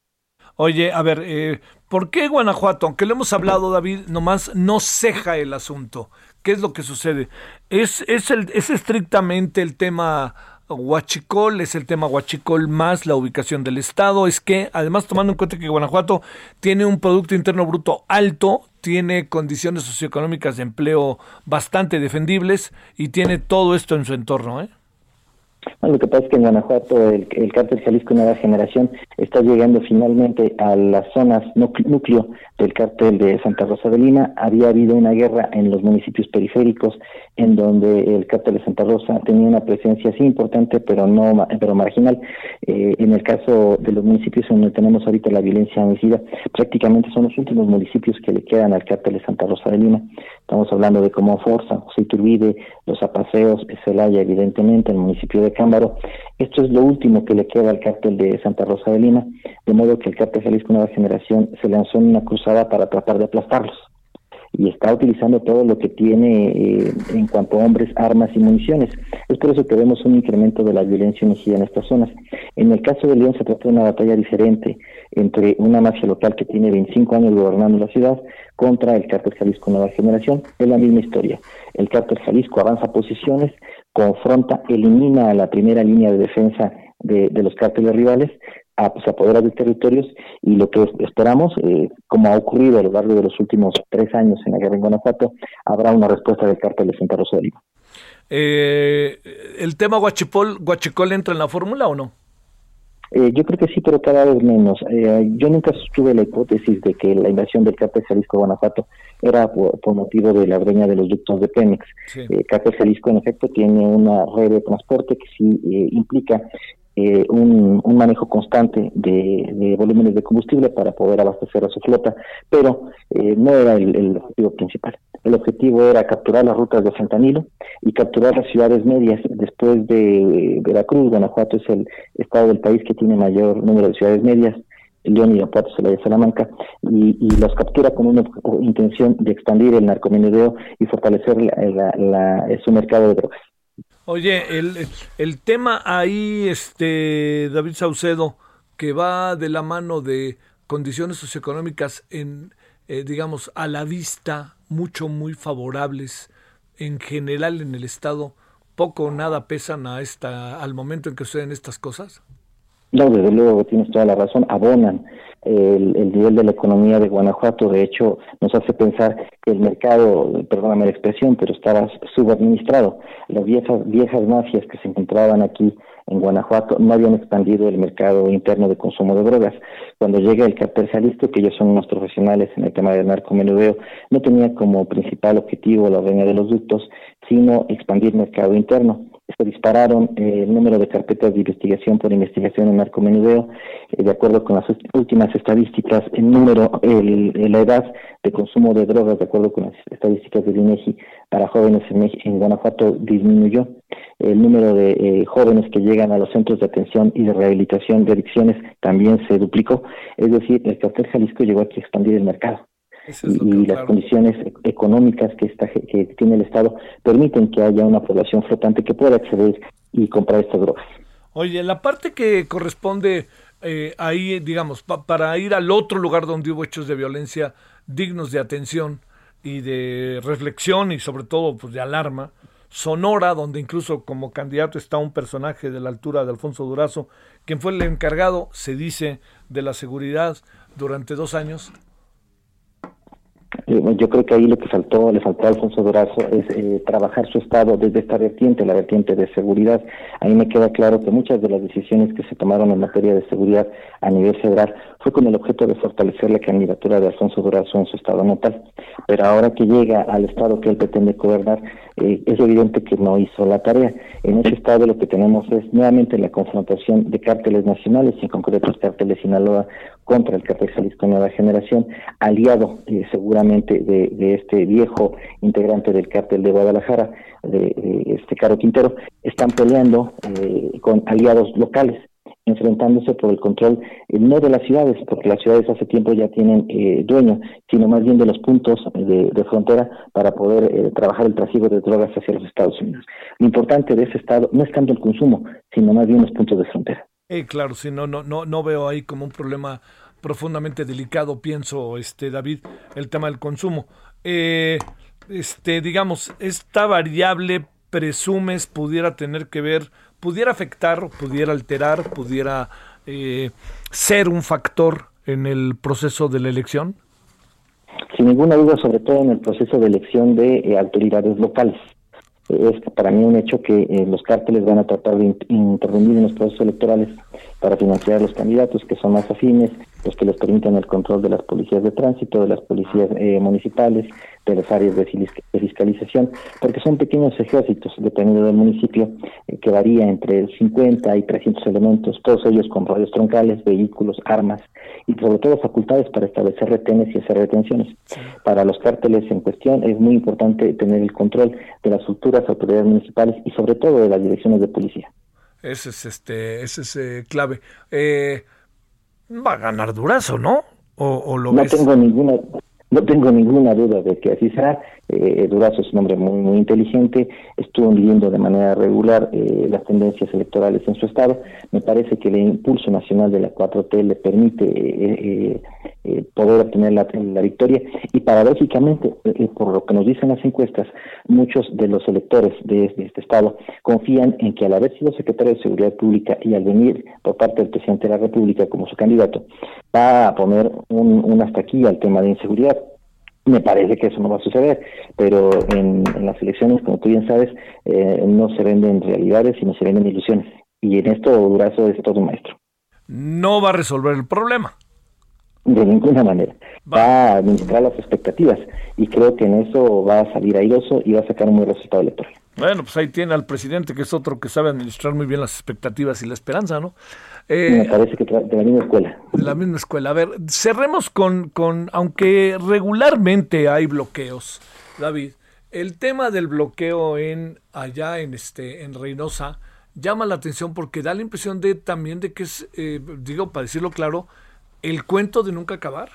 Oye, a ver, eh, ¿por qué Guanajuato, aunque lo hemos hablado, David, nomás no ceja el asunto? ¿Qué es lo que sucede? ¿Es, es, el, es estrictamente el tema Huachicol, es el tema Huachicol más la ubicación del estado? Es que, además, tomando en cuenta que Guanajuato tiene un Producto Interno Bruto alto, tiene condiciones socioeconómicas de empleo bastante defendibles y tiene todo esto en su entorno, ¿eh? Bueno, lo que pasa es que en Guanajuato el, el cártel Jalisco Nueva Generación está llegando finalmente a las zonas núcleo del cártel de Santa Rosa de Lima. Había habido una guerra en los municipios periféricos en donde el cártel de Santa Rosa tenía una presencia sí importante, pero no pero marginal. Eh, en el caso de los municipios en donde tenemos ahorita la violencia homicida, prácticamente son los últimos municipios que le quedan al cártel de Santa Rosa de Lima. Estamos hablando de Comonfort, San José Iturbide, Los Apaseos, Celaya, evidentemente, el municipio de Cámbaro. Esto es lo último que le queda al cártel de Santa Rosa de Lima, de modo que el cártel Jalisco Nueva Generación se lanzó en una cruzada para tratar de aplastarlos. y está utilizando todo lo que tiene eh, en cuanto a hombres, armas y municiones. Es por eso que vemos un incremento de la violencia homicida en estas zonas. En el caso de León se trata de una batalla diferente entre una mafia local que tiene veinticinco años gobernando la ciudad contra el Cártel Jalisco Nueva Generación. Es la misma historia. El Cártel Jalisco avanza posiciones, confronta, elimina a la primera línea de defensa de, de los cárteles rivales, a, pues, apoderar de territorios, y lo que esperamos, eh, como ha ocurrido a lo largo de los últimos tres años en la guerra en Guanajuato, habrá una respuesta del cártel de Santa Rosa de Lima. Eh, ¿El tema Huachipol, Huachicol entra en la fórmula o no? Eh, yo creo que sí, pero cada vez menos. Eh, yo nunca sostuve la hipótesis de que la invasión del Cártel Jalisco Guanajuato era por, por motivo de la breña de los ductos de Pemex. Sí. Eh, Cártel Jalisco, en efecto, tiene una red de transporte que sí eh, implica eh, un, un manejo constante de, de volúmenes de combustible para poder abastecer a su flota, pero eh, no era el, el objetivo principal. El objetivo era capturar las rutas de fentanilo y capturar las ciudades medias. Después de Veracruz, Guanajuato es el estado del país que tiene mayor número de ciudades medias, León, Irapuato, Celaya, Salamanca, y, y los captura con una intención de expandir el narcomenudeo y fortalecer la, la, la, su mercado de drogas. Oye, el, el tema ahí, este David Saucedo, que va de la mano de condiciones socioeconómicas en, eh, digamos, a la vista, mucho, muy favorables en general en el estado, poco o nada pesan a esta, al momento en que suceden estas cosas. No, desde luego tienes toda la razón, abonan el, el nivel de la economía de Guanajuato. De hecho, nos hace pensar que el mercado, perdóname la expresión, pero estaba subadministrado. Las viejas, viejas mafias que se encontraban aquí en Guanajuato no habían expandido el mercado interno de consumo de drogas. Cuando llega el Cártel Jalisco, que ellos son unos profesionales en el tema del narcomenudeo, no tenía como principal objetivo la breña de los ductos, sino expandir mercado interno. Se dispararon eh, el número de carpetas de investigación por investigación en narcomenudeo. Eh, de acuerdo con las últimas estadísticas, el número, el, el, la edad de consumo de drogas, de acuerdo con las estadísticas del INEGI, para jóvenes en, en Guanajuato disminuyó. El número de eh, jóvenes que llegan a los centros de atención y de rehabilitación de adicciones también se duplicó. Es decir, el Cártel Jalisco llegó aquí a expandir el mercado. Es y, y las claro. condiciones económicas que, está, que tiene el Estado permiten que haya una población flotante que pueda acceder y comprar estas drogas. Oye, la parte que corresponde eh, ahí, digamos, pa, para ir al otro lugar donde hubo hechos de violencia dignos de atención y de reflexión y sobre todo pues, de alarma, Sonora, donde incluso como candidato está un personaje de la altura de Alfonso Durazo, quien fue el encargado, se dice, de la seguridad durante dos años. Yo creo que ahí lo que faltó, le faltó a Alfonso Durazo es eh, trabajar su estado desde esta vertiente, la vertiente de seguridad. Ahí me queda claro que muchas de las decisiones que se tomaron en materia de seguridad a nivel federal fue con el objeto de fortalecer la candidatura de Alfonso Durazo en su estado natal. Pero ahora que llega al estado que él pretende gobernar, eh, es evidente que no hizo la tarea. En ese estado lo que tenemos es nuevamente la confrontación de cárteles nacionales, y en concreto el cártel de Sinaloa contra el Cártel Jalisco Nueva Generación, aliado eh, seguramente de, de este viejo integrante del cártel de Guadalajara, de, de este Caro Quintero. Están peleando eh, con aliados locales, enfrentándose por el control eh, no de las ciudades, porque las ciudades hace tiempo ya tienen eh, dueño, sino más bien de los puntos de, de frontera para poder eh, trabajar el tráfico de drogas hacia los Estados Unidos. Lo importante de ese estado no es tanto el consumo, sino más bien los puntos de frontera. Eh, claro, sí, no, no, no, no veo ahí como un problema profundamente delicado, pienso, este David, el tema del consumo. Eh, este, digamos, esta variable, presumes, pudiera tener que ver, pudiera afectar, pudiera alterar, pudiera eh, ser un factor en el proceso de la elección. Sin ninguna duda, sobre todo en el proceso de elección de eh, autoridades locales. Es para mí un hecho que eh, los cárteles van a tratar de in- intervenir en los procesos electorales para financiar a los candidatos que son más afines, los que les permitan el control de las policías de tránsito, de las policías eh, municipales, de las áreas de, fis- de fiscalización, porque son pequeños ejércitos, dependiendo del municipio, eh, que varía entre cincuenta y trescientos elementos, todos ellos con radios troncales, vehículos, armas y sobre todo facultades para establecer retenes y hacer retenciones. Sí. Para los cárteles en cuestión es muy importante tener el control de las estructuras, autoridades municipales y sobre todo de las direcciones de policía. Ese es este, ese es eh, clave. Eh, va a ganar Durazo, ¿no? O, o lo no ves. tengo ninguna, No tengo ninguna duda de que así será. Eh, Durazo es un hombre muy muy inteligente, estuvo midiendo de manera regular eh, las tendencias electorales en su estado. Me parece que el impulso nacional de la cuatro T le permite eh, eh, eh, poder obtener la, la victoria, y paradójicamente, eh, por lo que nos dicen las encuestas, muchos de los electores de, de este estado confían en que al haber sido secretario de Seguridad Pública y al venir por parte del presidente de la República como su candidato, va a poner un, un hasta aquí al tema de inseguridad. Me parece que eso no va a suceder, pero en, en las elecciones, como tú bien sabes, eh, no se venden realidades, sino se venden ilusiones. Y en esto Durazo es todo un maestro. No va a resolver el problema. De ninguna manera. Va a administrar las expectativas, y creo que en eso va a salir airoso y va a sacar un buen resultado electoral. Bueno, pues ahí tiene al presidente, que es otro que sabe administrar muy bien las expectativas y la esperanza, ¿no? Eh, Me parece que de la misma escuela. De la misma escuela. A ver, cerremos con, con, aunque regularmente hay bloqueos, David, el tema del bloqueo en allá en este en Reynosa llama la atención porque da la impresión de también de que es, eh, digo, para decirlo claro, el cuento de nunca acabar.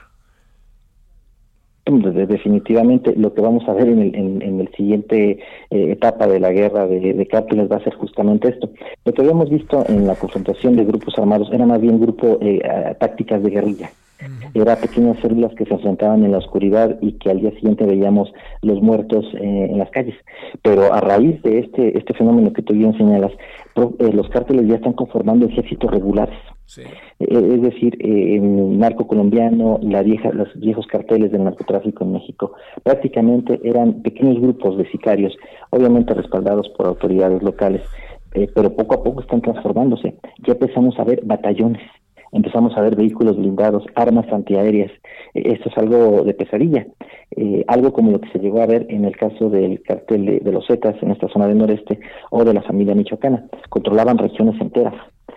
Definitivamente lo que vamos a ver en el, en, en el siguiente eh, etapa de la guerra de, de cárteles va a ser justamente esto. Lo que habíamos visto en la confrontación de grupos armados era más bien grupo eh, tácticas de guerrilla. Uh-huh. Era pequeñas células que se enfrentaban en la oscuridad y que al día siguiente veíamos los muertos eh, en las calles. Pero a raíz de este este fenómeno que tú bien señalas, pro, eh, los cárteles ya están conformando ejércitos regulares. Sí. Eh, es decir, eh, el narco colombiano, la vieja, los viejos carteles del narcotráfico en México, prácticamente eran pequeños grupos de sicarios, obviamente respaldados por autoridades locales, eh, pero poco a poco están transformándose. Ya empezamos a ver batallones, empezamos a ver vehículos blindados, armas antiaéreas. Eh, esto es algo de pesadilla, eh, algo como lo que se llegó a ver en el caso del cártel de, de los Zetas en esta zona del noreste, o de la familia michoacana. Controlaban regiones enteras.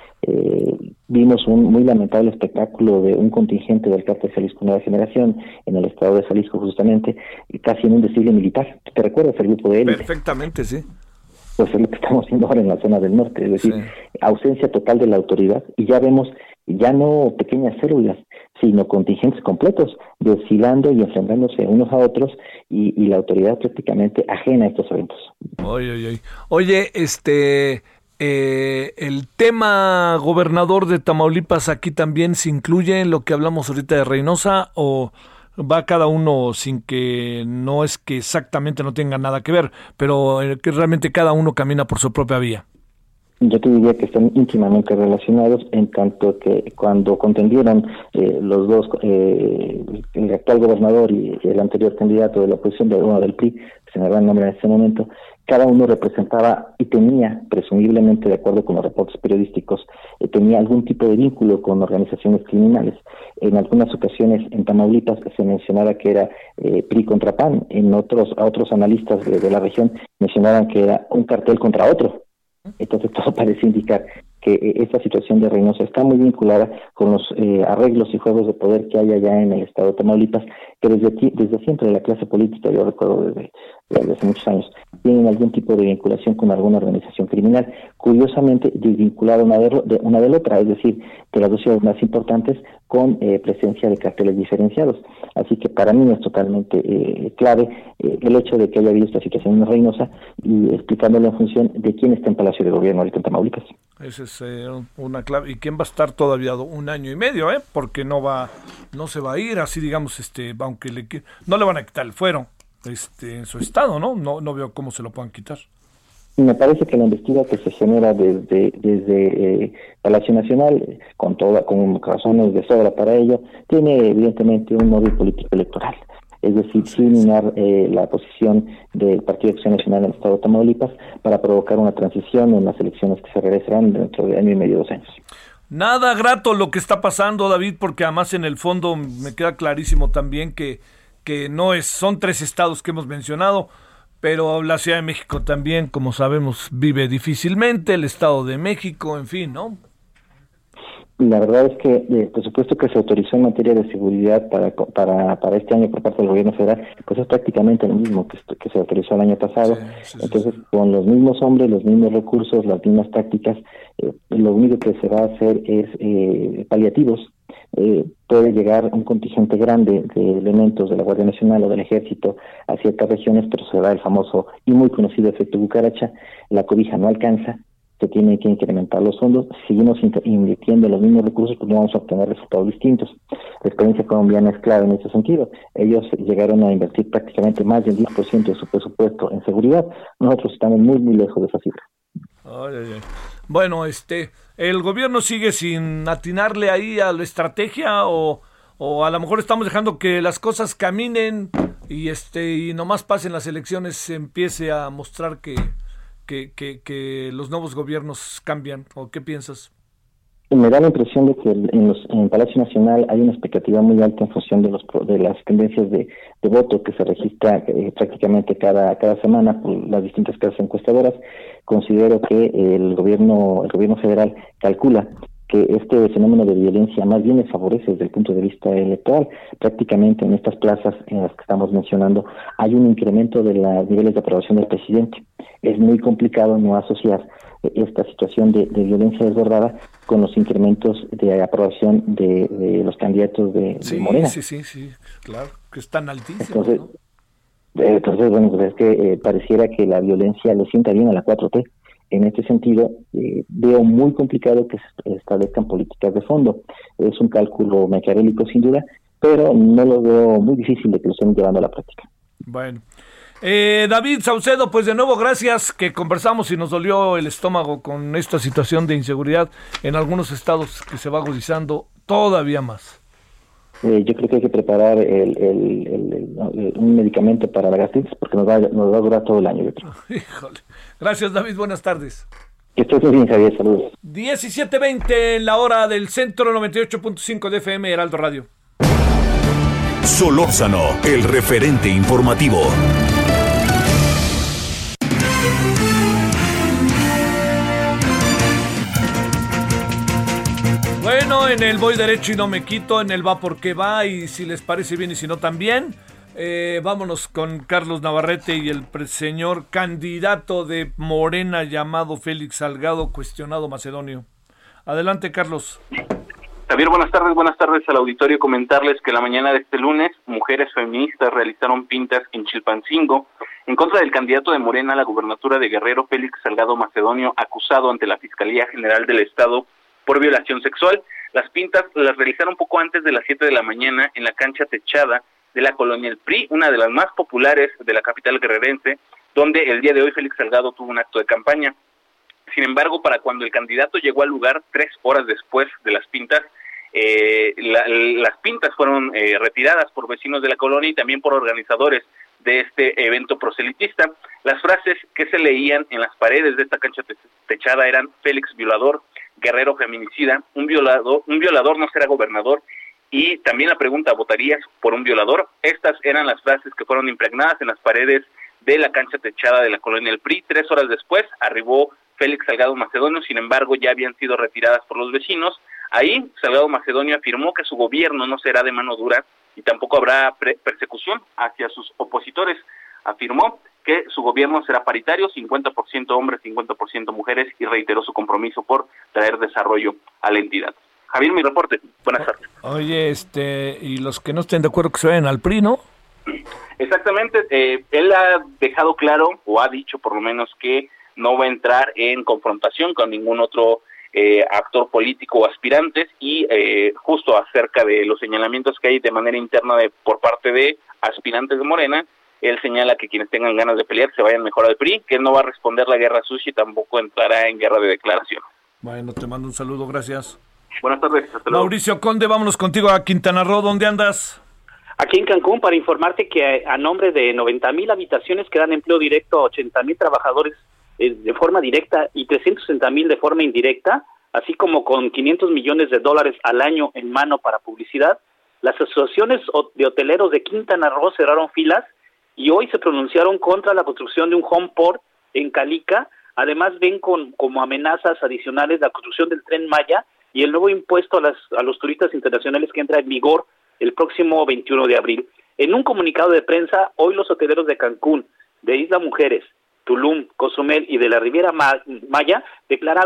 Eh, vimos un muy lamentable espectáculo de un contingente del cártel Jalisco Nueva Generación en el estado de Jalisco, justamente, casi en un desfile militar. ¿Te recuerdas el grupo de élite? Perfectamente, sí. Pues es lo que estamos haciendo ahora en la zona del norte, es decir, sí. Ausencia total de la autoridad, y ya vemos ya no pequeñas células, sino contingentes completos desfilando y enfrentándose unos a otros, y, y la autoridad prácticamente ajena a estos eventos. Oye, oye, oye, este... Eh, el tema gobernador de Tamaulipas aquí también se incluye en lo que hablamos ahorita de Reynosa, o va cada uno sin que no es que exactamente no tenga nada que ver, pero que realmente cada uno camina por su propia vía. Yo te diría que están íntimamente relacionados, en tanto que cuando contendieron eh, los dos, eh, el actual gobernador y el anterior candidato de la oposición, de uno del P R I, se me va el nombre en este momento, cada uno representaba y tenía, presumiblemente de acuerdo con los reportes periodísticos, eh, tenía algún tipo de vínculo con organizaciones criminales. En algunas ocasiones en Tamaulipas se mencionaba que era eh, P R I contra P A N, en otros, a otros analistas de, de la región mencionaban que era un cartel contra otro. Entonces todo parece indicar que eh, esta situación de Reynosa está muy vinculada con los eh, arreglos y juegos de poder que hay allá en el estado de Tamaulipas, que desde aquí, desde siempre la clase política, yo recuerdo desde, desde hace muchos años, tienen algún tipo de vinculación con alguna organización criminal, curiosamente desvinculada una de, de una de la otra, es decir, de las dos ciudades más importantes, con eh, presencia de carteles diferenciados. Así que para mí es totalmente eh, clave eh, el hecho de que haya habido esta situación en Reynosa, y explicándolo en función de quién está en Palacio de Gobierno ahorita en Tamaulipas. Esa es eh, una clave. ¿Y quién va a estar todavía un año y medio? eh Porque no va, no se va a ir así, digamos, este, aunque le no le van a quitar el fuero este, en su estado, ¿no? No, no veo cómo se lo puedan quitar. Me parece que la investiga que se genera desde desde eh, Palacio Nacional, con toda con razones de sobra para ello, tiene evidentemente un móvil político electoral. Es decir, sin minar eh, la posición del Partido de Acción Nacional en el estado de Tamaulipas para provocar una transición en las elecciones que se realizarán dentro de año y medio, dos años. Nada grato lo que está pasando, David, porque además en el fondo me queda clarísimo también que, que no es, son tres estados que hemos mencionado, pero la Ciudad de México también, como sabemos, vive difícilmente, el Estado de México, en fin, ¿no? La verdad es que el presupuesto que se autorizó en materia de seguridad para para para este año por parte del gobierno federal, pues es prácticamente lo mismo que, que se autorizó el año pasado. Sí, sí, Entonces, sí, sí. con los mismos hombres, los mismos recursos, las mismas tácticas, eh, lo único que se va a hacer es eh, paliativos. eh, puede llegar un contingente grande de elementos de la Guardia Nacional o del Ejército a ciertas regiones, pero se da el famoso y muy conocido efecto cucaracha, la cobija no alcanza, se tienen que incrementar los fondos, si seguimos invirtiendo los mismos recursos, pues no vamos a obtener resultados distintos. La experiencia colombiana es clara en ese sentido. Ellos llegaron a invertir prácticamente más del diez por ciento de su presupuesto en seguridad. Nosotros estamos muy, muy lejos de esa cifra. Ay, ay, ay. Bueno, este, ¿el gobierno sigue sin atinarle ahí a la estrategia o, o a lo mejor estamos dejando que las cosas caminen y este y nomás pasen las elecciones, se empiece a mostrar que Que, que, que los nuevos gobiernos cambian? ¿O qué piensas? Me da la impresión de que en, los, en el Palacio Nacional hay una expectativa muy alta en función de los de las tendencias de, de voto que se registra eh, prácticamente cada cada semana por las distintas casas encuestadoras. Considero que el gobierno el gobierno federal calcula que este fenómeno de violencia más bien les favorece desde el punto de vista electoral. Prácticamente en estas plazas en las que estamos mencionando hay un incremento de los niveles de aprobación del presidente. Es muy complicado no asociar esta situación de, de violencia desbordada con los incrementos de aprobación de, de los candidatos de, sí, de Morena. Sí, sí, sí, claro, que están altísimos. Entonces, ¿no? entonces bueno, pues es que eh, pareciera que la violencia le sienta bien a la cuatro T. En este sentido, eh, veo muy complicado que se establezcan políticas de fondo. Es un cálculo maquiavélico sin duda, pero no lo veo muy difícil de que lo estén llevando a la práctica. Bueno. Eh, David Saucedo, pues de nuevo gracias, que conversamos y nos dolió el estómago con esta situación de inseguridad en algunos estados que se va agudizando todavía más. Eh, yo creo que hay que preparar el, el, el, el, el, un medicamento para la gastritis porque nos va, nos va a durar todo el año, yo creo. Híjole. Gracias, David, buenas tardes. Que estés muy bien, Javier, saludos. diecisiete veinte en la hora del centro, noventa y ocho punto cinco de F M, Heraldo Radio. Solórzano, el referente informativo. Bueno, en el voy derecho y no me quito, en el va porque va y si les parece bien y si no también. Eh, vámonos con Carlos Navarrete y el pre- señor candidato de Morena llamado Félix Salgado, cuestionado macedonio. Adelante, Carlos. Javier, buenas tardes, buenas tardes al auditorio. Comentarles que la mañana de este lunes, mujeres feministas realizaron pintas en Chilpancingo en contra del candidato de Morena a la gubernatura de Guerrero, Félix Salgado Macedonio, acusado ante la Fiscalía General del Estado por violación sexual. Las pintas las realizaron poco antes de las siete de la mañana en la cancha techada de la colonia El P R I, una de las más populares de la capital guerrerense, donde el día de hoy Félix Salgado tuvo un acto de campaña. Sin embargo, para cuando el candidato llegó al lugar, tres horas después de las pintas, eh, la, las pintas fueron eh, retiradas por vecinos de la colonia y también por organizadores de este evento proselitista. Las frases que se leían en las paredes de esta cancha te- techada eran: Félix violador, Guerrero feminicida, un violador, un violador no será gobernador, y también la pregunta: ¿votarías por un violador? Estas eran las frases que fueron impregnadas en las paredes de la cancha techada de la colonia El P R I. Tres horas después arribó Félix Salgado Macedonio, sin embargo ya habían sido retiradas por los vecinos. Ahí Salgado Macedonio afirmó que su gobierno no será de mano dura y tampoco habrá pre- persecución hacia sus opositores. Afirmó que su gobierno será paritario, cincuenta por ciento hombres, cincuenta por ciento mujeres, y reiteró su compromiso por traer desarrollo a la entidad. Javier, mi reporte. Buenas tardes. Oye, este, y los que no estén de acuerdo que se vayan al P R I, ¿no? Exactamente, eh, él ha dejado claro, o ha dicho por lo menos, que no va a entrar en confrontación con ningún otro eh, actor político o aspirantes, y eh, justo acerca de los señalamientos que hay de manera interna de por parte de aspirantes de Morena, él señala que quienes tengan ganas de pelear se vayan mejor al P R I, que él no va a responder la guerra sucia y tampoco entrará en guerra de declaración. Bueno, te mando un saludo, gracias. Buenas tardes, hasta luego. Mauricio Conde, vámonos contigo a Quintana Roo, ¿dónde andas? Aquí en Cancún, para informarte que a nombre de noventa mil habitaciones que dan empleo directo a ochenta mil trabajadores eh, de forma directa y trescientos sesenta mil de forma indirecta, así como con quinientos millones de dólares al año en mano para publicidad, las asociaciones de hoteleros de Quintana Roo cerraron filas y hoy se pronunciaron contra la construcción de un home port en Calica. Además ven con, como amenazas adicionales la construcción del Tren Maya y el nuevo impuesto a, las, a los turistas internacionales que entra en vigor el próximo veintiuno de abril. En un comunicado de prensa, hoy los hoteleros de Cancún, de Isla Mujeres, Tulum, Cozumel y de la Riviera Maya declararon que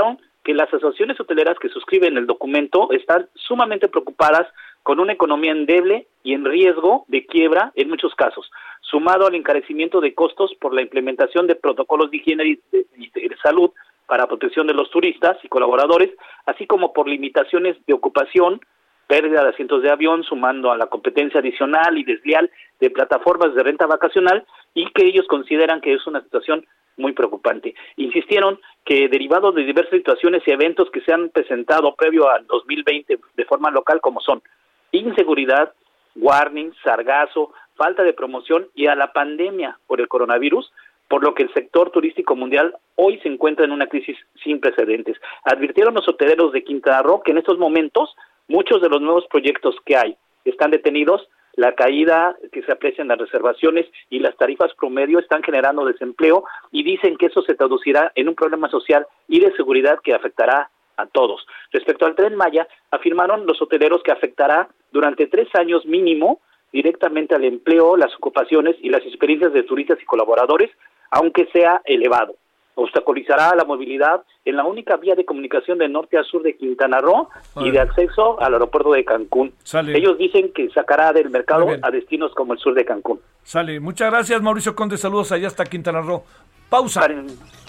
que las asociaciones hoteleras que suscriben el documento están sumamente preocupadas con una economía endeble y en riesgo de quiebra en muchos casos, sumado al encarecimiento de costos por la implementación de protocolos de higiene y de, y de salud para protección de los turistas y colaboradores, así como por limitaciones de ocupación, pérdida de asientos de avión, sumando a la competencia adicional y desleal de plataformas de renta vacacional, y que ellos consideran que es una situación muy preocupante. Insistieron que derivado de diversas situaciones y eventos que se han presentado previo al dos mil veinte de forma local, como son inseguridad, warning, sargazo, falta de promoción y a la pandemia por el coronavirus, por lo que el sector turístico mundial hoy se encuentra en una crisis sin precedentes. Advirtieron los hoteleros de Quintana Roo que en estos momentos muchos de los nuevos proyectos que hay están detenidos, la caída que se aprecia en las reservaciones y las tarifas promedio están generando desempleo, y dicen que eso se traducirá en un problema social y de seguridad que afectará a todos. Respecto al Tren Maya, afirmaron los hoteleros que afectará durante tres años mínimo directamente al empleo, las ocupaciones y las experiencias de turistas y colaboradores, aunque sea elevado. Obstaculizará la movilidad en la única vía de comunicación de norte a sur de Quintana Roo y de acceso al aeropuerto de Cancún. Sale. Ellos dicen que sacará del mercado a destinos como el sur de Cancún. Sale. Muchas gracias, Mauricio Conde. Saludos allá hasta Quintana Roo. Pausa. Una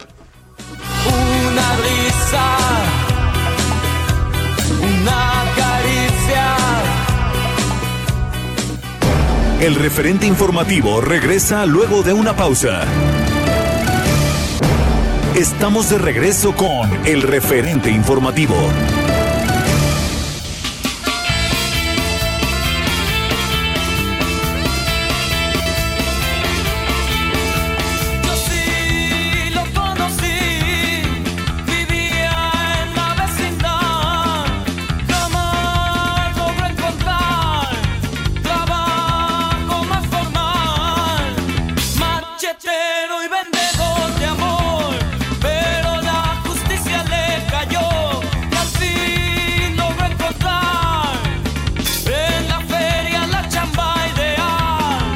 risa, una caricia. El referente informativo regresa luego de una pausa. Estamos de regreso con el referente informativo. Yo sí lo conocí, vivía en la vecindad, jamás logró encontrar trabajo más formal, machetero y vendedor de amor. Pero la justicia le cayó y al fin logró encontrar en la feria la chamba ideal.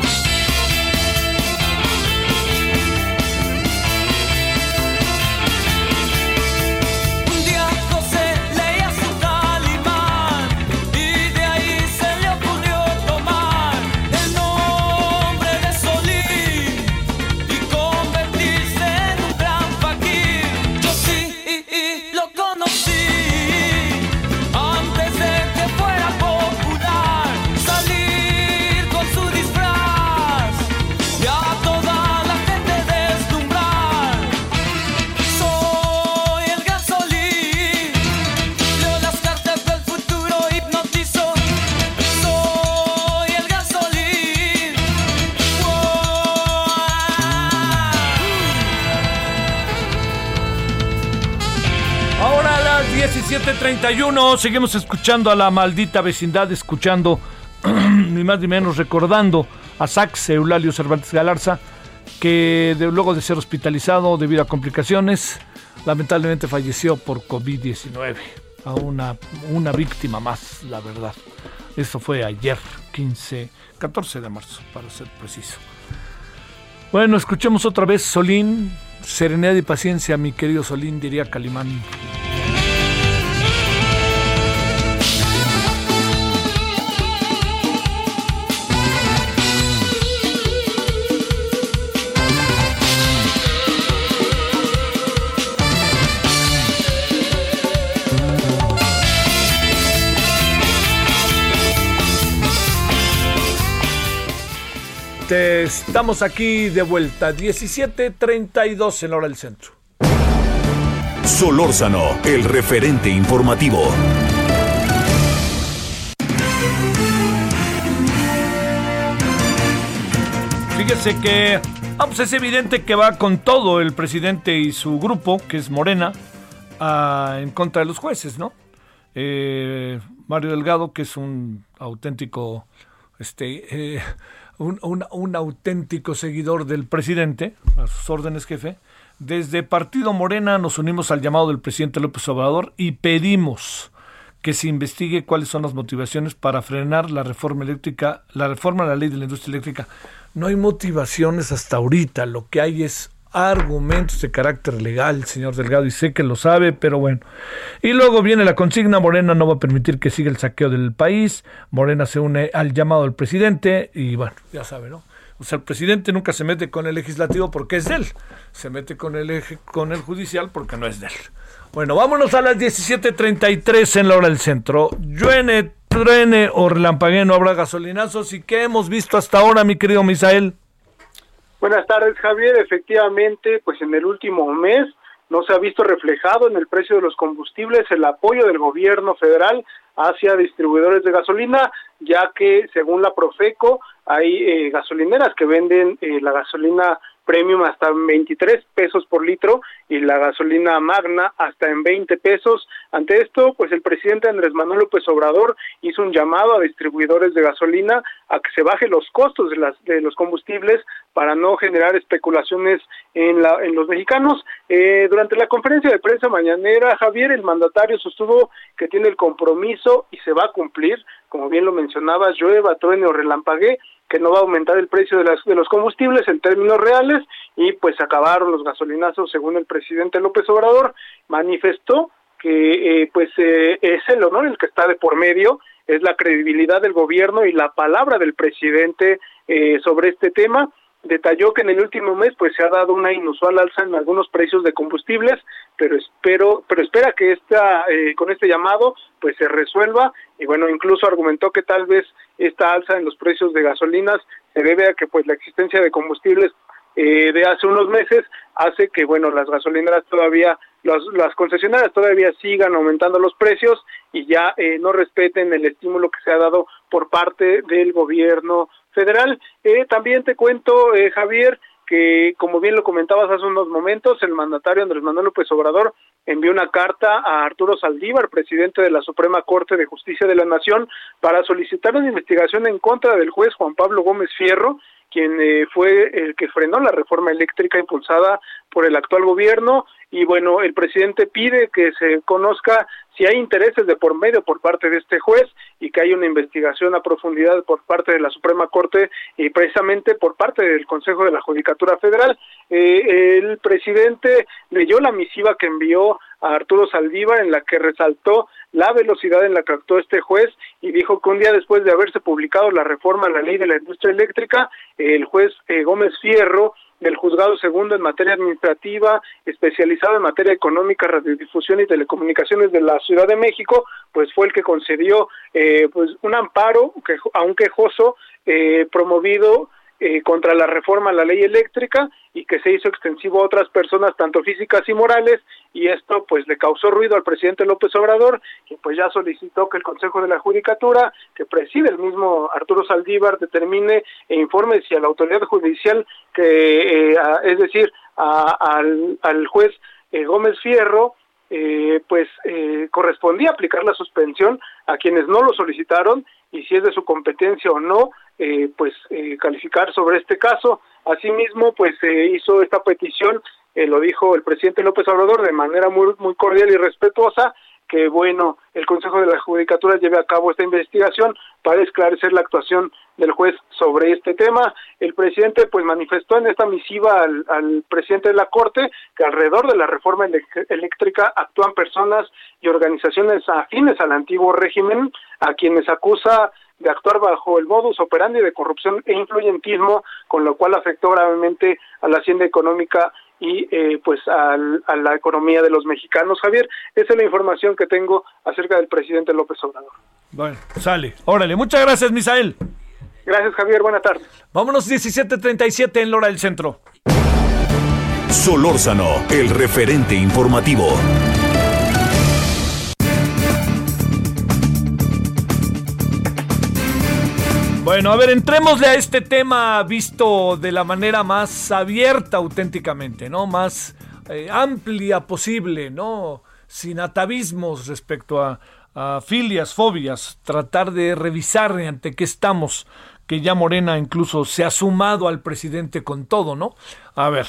Un día José leía su Calimán y de ahí se le ocurrió tomar el nombre de Solín y convertirse en un gran fakir. Yo sí lo conocí antes de que fuera popular salir con su disfraz y a toda la gente deslumbrar. Soy el gran Solín, leo las cartas del futuro, hipnotizo. Soy el gran Solín. Ahora a las diecisiete treinta y uno seguimos escuchando a la maldita vecindad, escuchando ni más ni menos recordando a Sax Eulalio Cervantes Galarza, que de, luego de ser hospitalizado debido a complicaciones, lamentablemente falleció por covid diecinueve. A una, una víctima más, la verdad. Eso fue ayer, quince, catorce de marzo, para ser preciso. Bueno, escuchemos otra vez Solín, serenidad y paciencia, mi querido Solín, diría Calimán. Estamos aquí de vuelta, diecisiete treinta y dos en la hora del centro. Solórzano, el referente informativo. Fíjese que ah, pues es evidente que va con todo el presidente y su grupo, que es Morena, a, en contra de los jueces, ¿no? Eh, Mario Delgado, que es un auténtico... este eh, Un, un, un auténtico seguidor del presidente, a sus órdenes, jefe. Desde Partido Morena nos unimos al llamado del presidente López Obrador y pedimos que se investigue cuáles son las motivaciones para frenar la reforma eléctrica, la reforma a la ley de la industria eléctrica. No hay motivaciones hasta ahorita, lo que hay es argumentos de carácter legal, señor Delgado, y sé que lo sabe, pero bueno. Y luego viene la consigna: Morena no va a permitir que siga el saqueo del país. Morena se une al llamado del presidente y bueno, ya sabe, ¿no? O sea, el presidente nunca se mete con el legislativo porque es de él. Se mete con el eje, con el judicial porque no es de él. Bueno, vámonos a las diecisiete treinta y tres en la hora del centro. Lluene, truene o relampaguee, no habrá gasolinazos. ¿Y qué hemos visto hasta ahora, mi querido Misael? Buenas tardes, Javier. Efectivamente, pues en el último mes no se ha visto reflejado en el precio de los combustibles el apoyo del gobierno federal hacia distribuidores de gasolina, ya que según la Profeco hay eh, gasolineras que venden eh, la gasolina premium hasta en veintitrés pesos por litro y la gasolina magna hasta en veinte pesos. Ante esto, pues el presidente Andrés Manuel López Obrador hizo un llamado a distribuidores de gasolina a que se baje los costos de las de los combustibles para no generar especulaciones en la en los mexicanos. Eh, durante la conferencia de prensa mañanera, Javier, el mandatario sostuvo que tiene el compromiso y se va a cumplir, como bien lo mencionabas, llueva, truene o relampaguee, que no va a aumentar el precio de, las, de los combustibles en términos reales, y pues acabaron los gasolinazos según el presidente López Obrador. Manifestó que eh, pues eh, es el honor el que está de por medio, es la credibilidad del gobierno y la palabra del presidente eh, sobre este tema. Detalló que en el último mes pues se ha dado una inusual alza en algunos precios de combustibles, pero espero, pero espera que esta eh, con este llamado pues se resuelva, y bueno, incluso argumentó que tal vez esta alza en los precios de gasolinas se debe a que pues la existencia de combustibles eh, de hace unos meses hace que bueno las gasolineras todavía las, las concesionarias todavía sigan aumentando los precios y ya eh, no respeten el estímulo que se ha dado por parte del gobierno federal. Eh, también te cuento, eh, Javier, que como bien lo comentabas hace unos momentos, el mandatario Andrés Manuel López Obrador envió una carta a Arturo Saldívar, presidente de la Suprema Corte de Justicia de la Nación, para solicitar una investigación en contra del juez Juan Pablo Gómez Fierro, quien eh, fue el que frenó la reforma eléctrica impulsada por el actual gobierno. Y bueno, el presidente pide que se conozca si hay intereses de por medio por parte de este juez y que haya una investigación a profundidad por parte de la Suprema Corte y precisamente por parte del Consejo de la Judicatura Federal. Eh, el presidente leyó la misiva que envió a Arturo Saldívar, en la que resaltó la velocidad en la que actuó este juez y dijo que un día después de haberse publicado la reforma a la ley de la industria eléctrica, el juez eh, Gómez Fierro, del Juzgado Segundo en materia administrativa, especializado en materia económica, radiodifusión y telecomunicaciones de la Ciudad de México, pues fue el que concedió eh, pues un amparo que, a un quejoso eh, promovido eh, contra la reforma a la ley eléctrica y que se hizo extensivo a otras personas, tanto físicas y morales, y esto pues le causó ruido al presidente López Obrador, que pues ya solicitó que el Consejo de la Judicatura, que preside el mismo Arturo Saldívar, determine e informe si a la autoridad judicial, que eh, a, es decir, a, al, al juez eh, Gómez Fierro, eh, pues eh, correspondía aplicar la suspensión a quienes no lo solicitaron, y si es de su competencia o no, eh, pues eh, calificar sobre este caso. Asimismo, pues se eh, hizo esta petición, eh, lo dijo el presidente López Obrador de manera muy muy cordial y respetuosa, que bueno, el Consejo de la Judicatura lleve a cabo esta investigación para esclarecer la actuación del juez sobre este tema. El presidente pues manifestó en esta misiva al, al presidente de la Corte que alrededor de la reforma eléctrica actúan personas y organizaciones afines al antiguo régimen, a quienes acusa de actuar bajo el modus operandi de corrupción e influyentismo, con lo cual afectó gravemente a la hacienda económica y eh, pues al, a la economía de los mexicanos. Javier, esa es la información que tengo acerca del presidente López Obrador. Bueno, sale. Órale, muchas gracias, Misael. Gracias, Javier, buena tarde. Vámonos, diecisiete treinta y siete en la hora del centro. Solórzano, el referente informativo. Bueno, a ver, entrémosle a este tema visto de la manera más abierta auténticamente, ¿no? Más eh, amplia posible, ¿no? Sin atavismos respecto a, a filias, fobias, tratar de revisar ante qué estamos, que ya Morena incluso se ha sumado al presidente con todo, ¿no? A ver,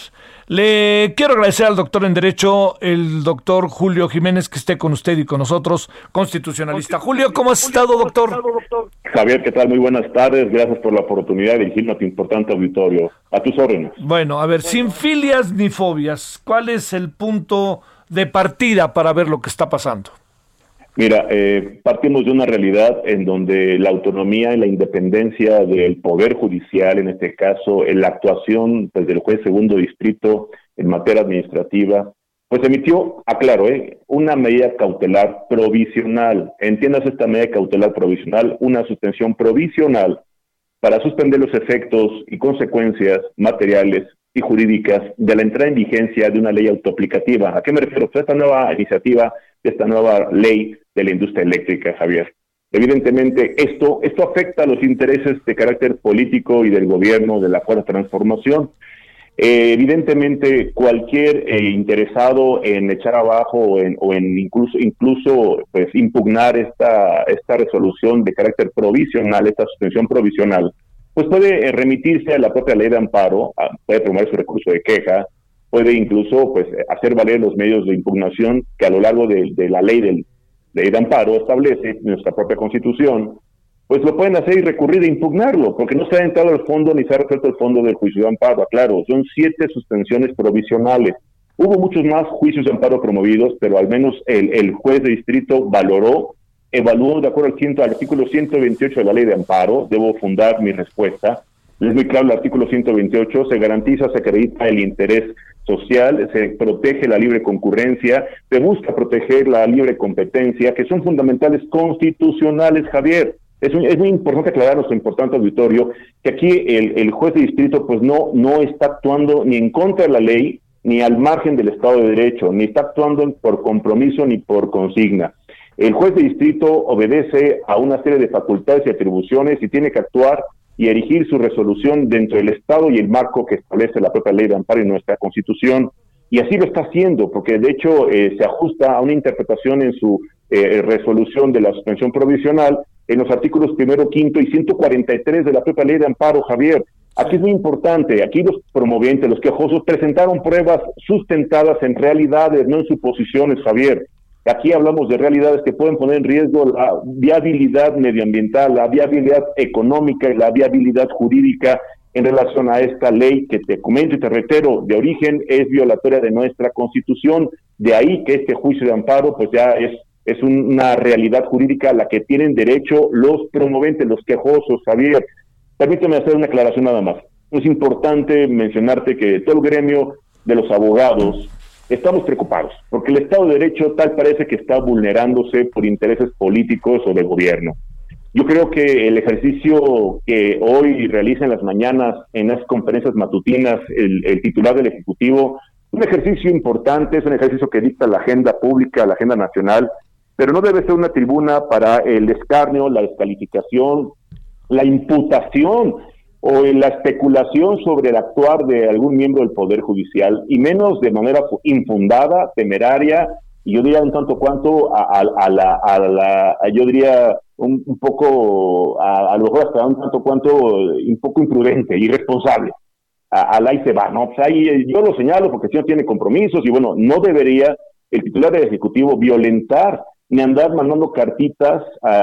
le quiero agradecer al doctor en Derecho, el doctor Julio Jiménez, que esté con usted y con nosotros, constitucionalista. Julio, ¿cómo has estado, doctor? Javier, ¿qué tal? Muy buenas tardes. Gracias por la oportunidad de dirigirme a tu importante auditorio. A tus órdenes. Bueno, a ver, sin filias ni fobias, ¿cuál es el punto de partida para ver lo que está pasando? Mira, eh, partimos de una realidad en donde la autonomía y la independencia del Poder Judicial, en este caso, en la actuación pues, del juez segundo distrito en materia administrativa, pues emitió, aclaro, eh, una medida cautelar provisional. Entiendas esta medida cautelar provisional, una suspensión provisional para suspender los efectos y consecuencias materiales y jurídicas de la entrada en vigencia de una ley autoaplicativa. ¿A qué me refiero? Pues a esta nueva iniciativa, de esta nueva ley de la industria eléctrica, Javier. Evidentemente, esto, esto afecta a los intereses de carácter político y del gobierno de la Cuarta Transformación. Eh, evidentemente, cualquier eh, interesado en echar abajo o en, o en incluso, incluso pues, impugnar esta, esta resolución de carácter provisional, esta suspensión provisional, pues puede eh, remitirse a la propia ley de amparo, a, puede promover su recurso de queja, puede incluso pues hacer valer los medios de impugnación que a lo largo de, de la ley del ley de amparo establece nuestra propia Constitución, pues lo pueden hacer y recurrir e impugnarlo, porque no se ha entrado al fondo ni se ha resuelto el fondo del juicio de amparo. Claro, son siete suspensiones provisionales. Hubo muchos más juicios de amparo promovidos, pero al menos el, el juez de distrito valoró, evaluó de acuerdo al, ciento, al artículo ciento veintiocho de la ley de amparo. Debo fundar mi respuesta. Es muy claro el artículo ciento veintiocho, se garantiza, se acredita el interés social, se protege la libre concurrencia, se busca proteger la libre competencia, que son fundamentales constitucionales, Javier. Es, un, es muy importante aclarar a nuestro importante auditorio que aquí el, el juez de distrito pues no, no está actuando ni en contra de la ley, ni al margen del Estado de Derecho, ni está actuando por compromiso ni por consigna. El juez de distrito obedece a una serie de facultades y atribuciones y tiene que actuar y erigir su resolución dentro del Estado y el marco que establece la propia ley de amparo y nuestra Constitución. Y así lo está haciendo, porque de hecho eh, se ajusta a una interpretación en su eh, resolución de la suspensión provisional en los artículos primero, quinto y ciento cuarenta y tres de la propia ley de amparo, Javier. Aquí es muy importante, aquí los promovientes, los quejosos, presentaron pruebas sustentadas en realidades, no en suposiciones, Javier. Aquí hablamos de realidades que pueden poner en riesgo la viabilidad medioambiental, la viabilidad económica y la viabilidad jurídica en relación a esta ley que te comento y te reitero, de origen es violatoria de nuestra Constitución. De ahí que este juicio de amparo pues ya es, es una realidad jurídica a la que tienen derecho los promoventes, los quejosos, Javier. Permíteme hacer una aclaración nada más. Es importante mencionarte que todo el gremio de los abogados estamos preocupados, porque el Estado de Derecho tal parece que está vulnerándose por intereses políticos o de gobierno. Yo creo que el ejercicio que hoy realiza en las mañanas, en las conferencias matutinas, el, el titular del Ejecutivo, es un ejercicio importante, es un ejercicio que dicta la agenda pública, la agenda nacional, pero no debe ser una tribuna para el escarnio, la descalificación, la imputación o en la especulación sobre el actuar de algún miembro del Poder Judicial, y menos de manera infundada, temeraria, y yo diría un tanto cuanto a, a, a, la, a la, a, yo diría un, un poco, a, a lo mejor hasta un tanto cuanto, un poco imprudente, irresponsable. A, a la y se va, ¿no? Pues ahí yo lo señalo porque si no tiene compromisos, y bueno, no debería el titular del Ejecutivo violentar ni andar mandando cartitas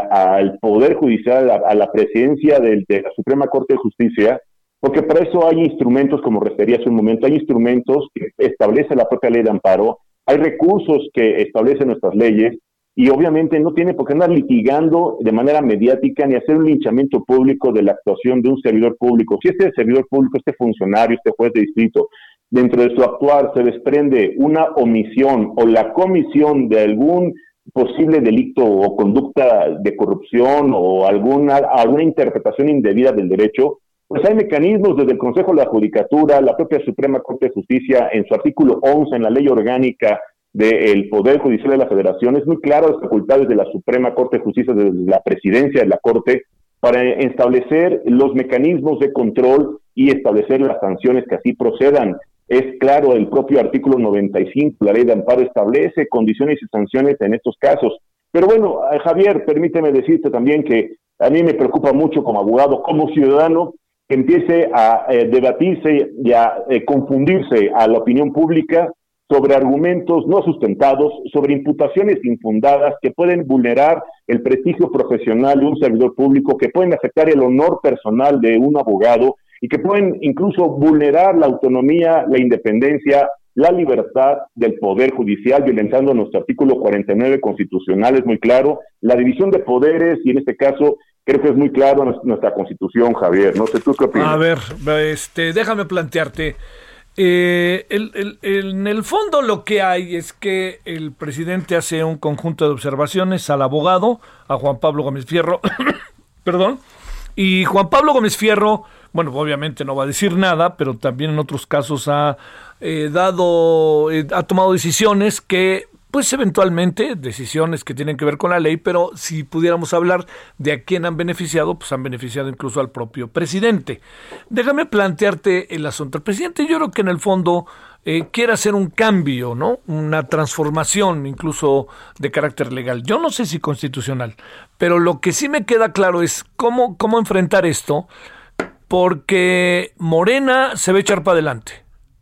al Poder Judicial, a, a la presidencia del, de la Suprema Corte de Justicia, porque para eso hay instrumentos, como refería hace un momento, hay instrumentos que establece la propia ley de amparo, hay recursos que establecen nuestras leyes, y obviamente no tiene por qué andar litigando de manera mediática ni hacer un linchamiento público de la actuación de un servidor público. Si este servidor público, este funcionario, este juez de distrito, dentro de su actuar se desprende una omisión o la comisión de algún posible delito o conducta de corrupción o alguna alguna interpretación indebida del derecho, pues hay mecanismos desde el Consejo de la Judicatura, la propia Suprema Corte de Justicia, en su artículo once, en la Ley Orgánica del Poder Judicial de la Federación, es muy claro las facultades de la Suprema Corte de Justicia, desde la presidencia de la Corte, para establecer los mecanismos de control y establecer las sanciones que así procedan. Es claro, el propio artículo noventa y cinco, la ley de amparo, establece condiciones y sanciones en estos casos. Pero bueno, Javier, permíteme decirte también que A mí me preocupa mucho como abogado, como ciudadano, que empiece a eh, debatirse y a eh, confundirse a la opinión pública sobre argumentos no sustentados, sobre imputaciones infundadas que pueden vulnerar el prestigio profesional de un servidor público, que pueden afectar el honor personal de un abogado y que pueden incluso vulnerar la autonomía, la independencia, la libertad del Poder Judicial, violentando nuestro artículo cuarenta y nueve constitucional, es muy claro, la división de poderes, y en este caso creo que es muy claro nuestra Constitución, Javier. No sé, ¿tú qué opinas? A ver, este, déjame plantearte. Eh, el, el, el, en el fondo lo que hay es que el presidente hace un conjunto de observaciones al abogado, a Juan Pablo Gómez Fierro, perdón, y Juan Pablo Gómez Fierro, bueno, obviamente no va a decir nada, pero también en otros casos ha eh, dado, eh, ha tomado decisiones que, pues eventualmente, decisiones que tienen que ver con la ley, pero si pudiéramos hablar de a quién han beneficiado, pues han beneficiado incluso al propio presidente. Déjame plantearte el asunto. El presidente, yo creo que en el fondo eh, quiere hacer un cambio, ¿no? Una transformación incluso de carácter legal. Yo no sé si constitucional, pero lo que sí me queda claro es cómo, cómo enfrentar esto, porque Morena se va a echar para adelante.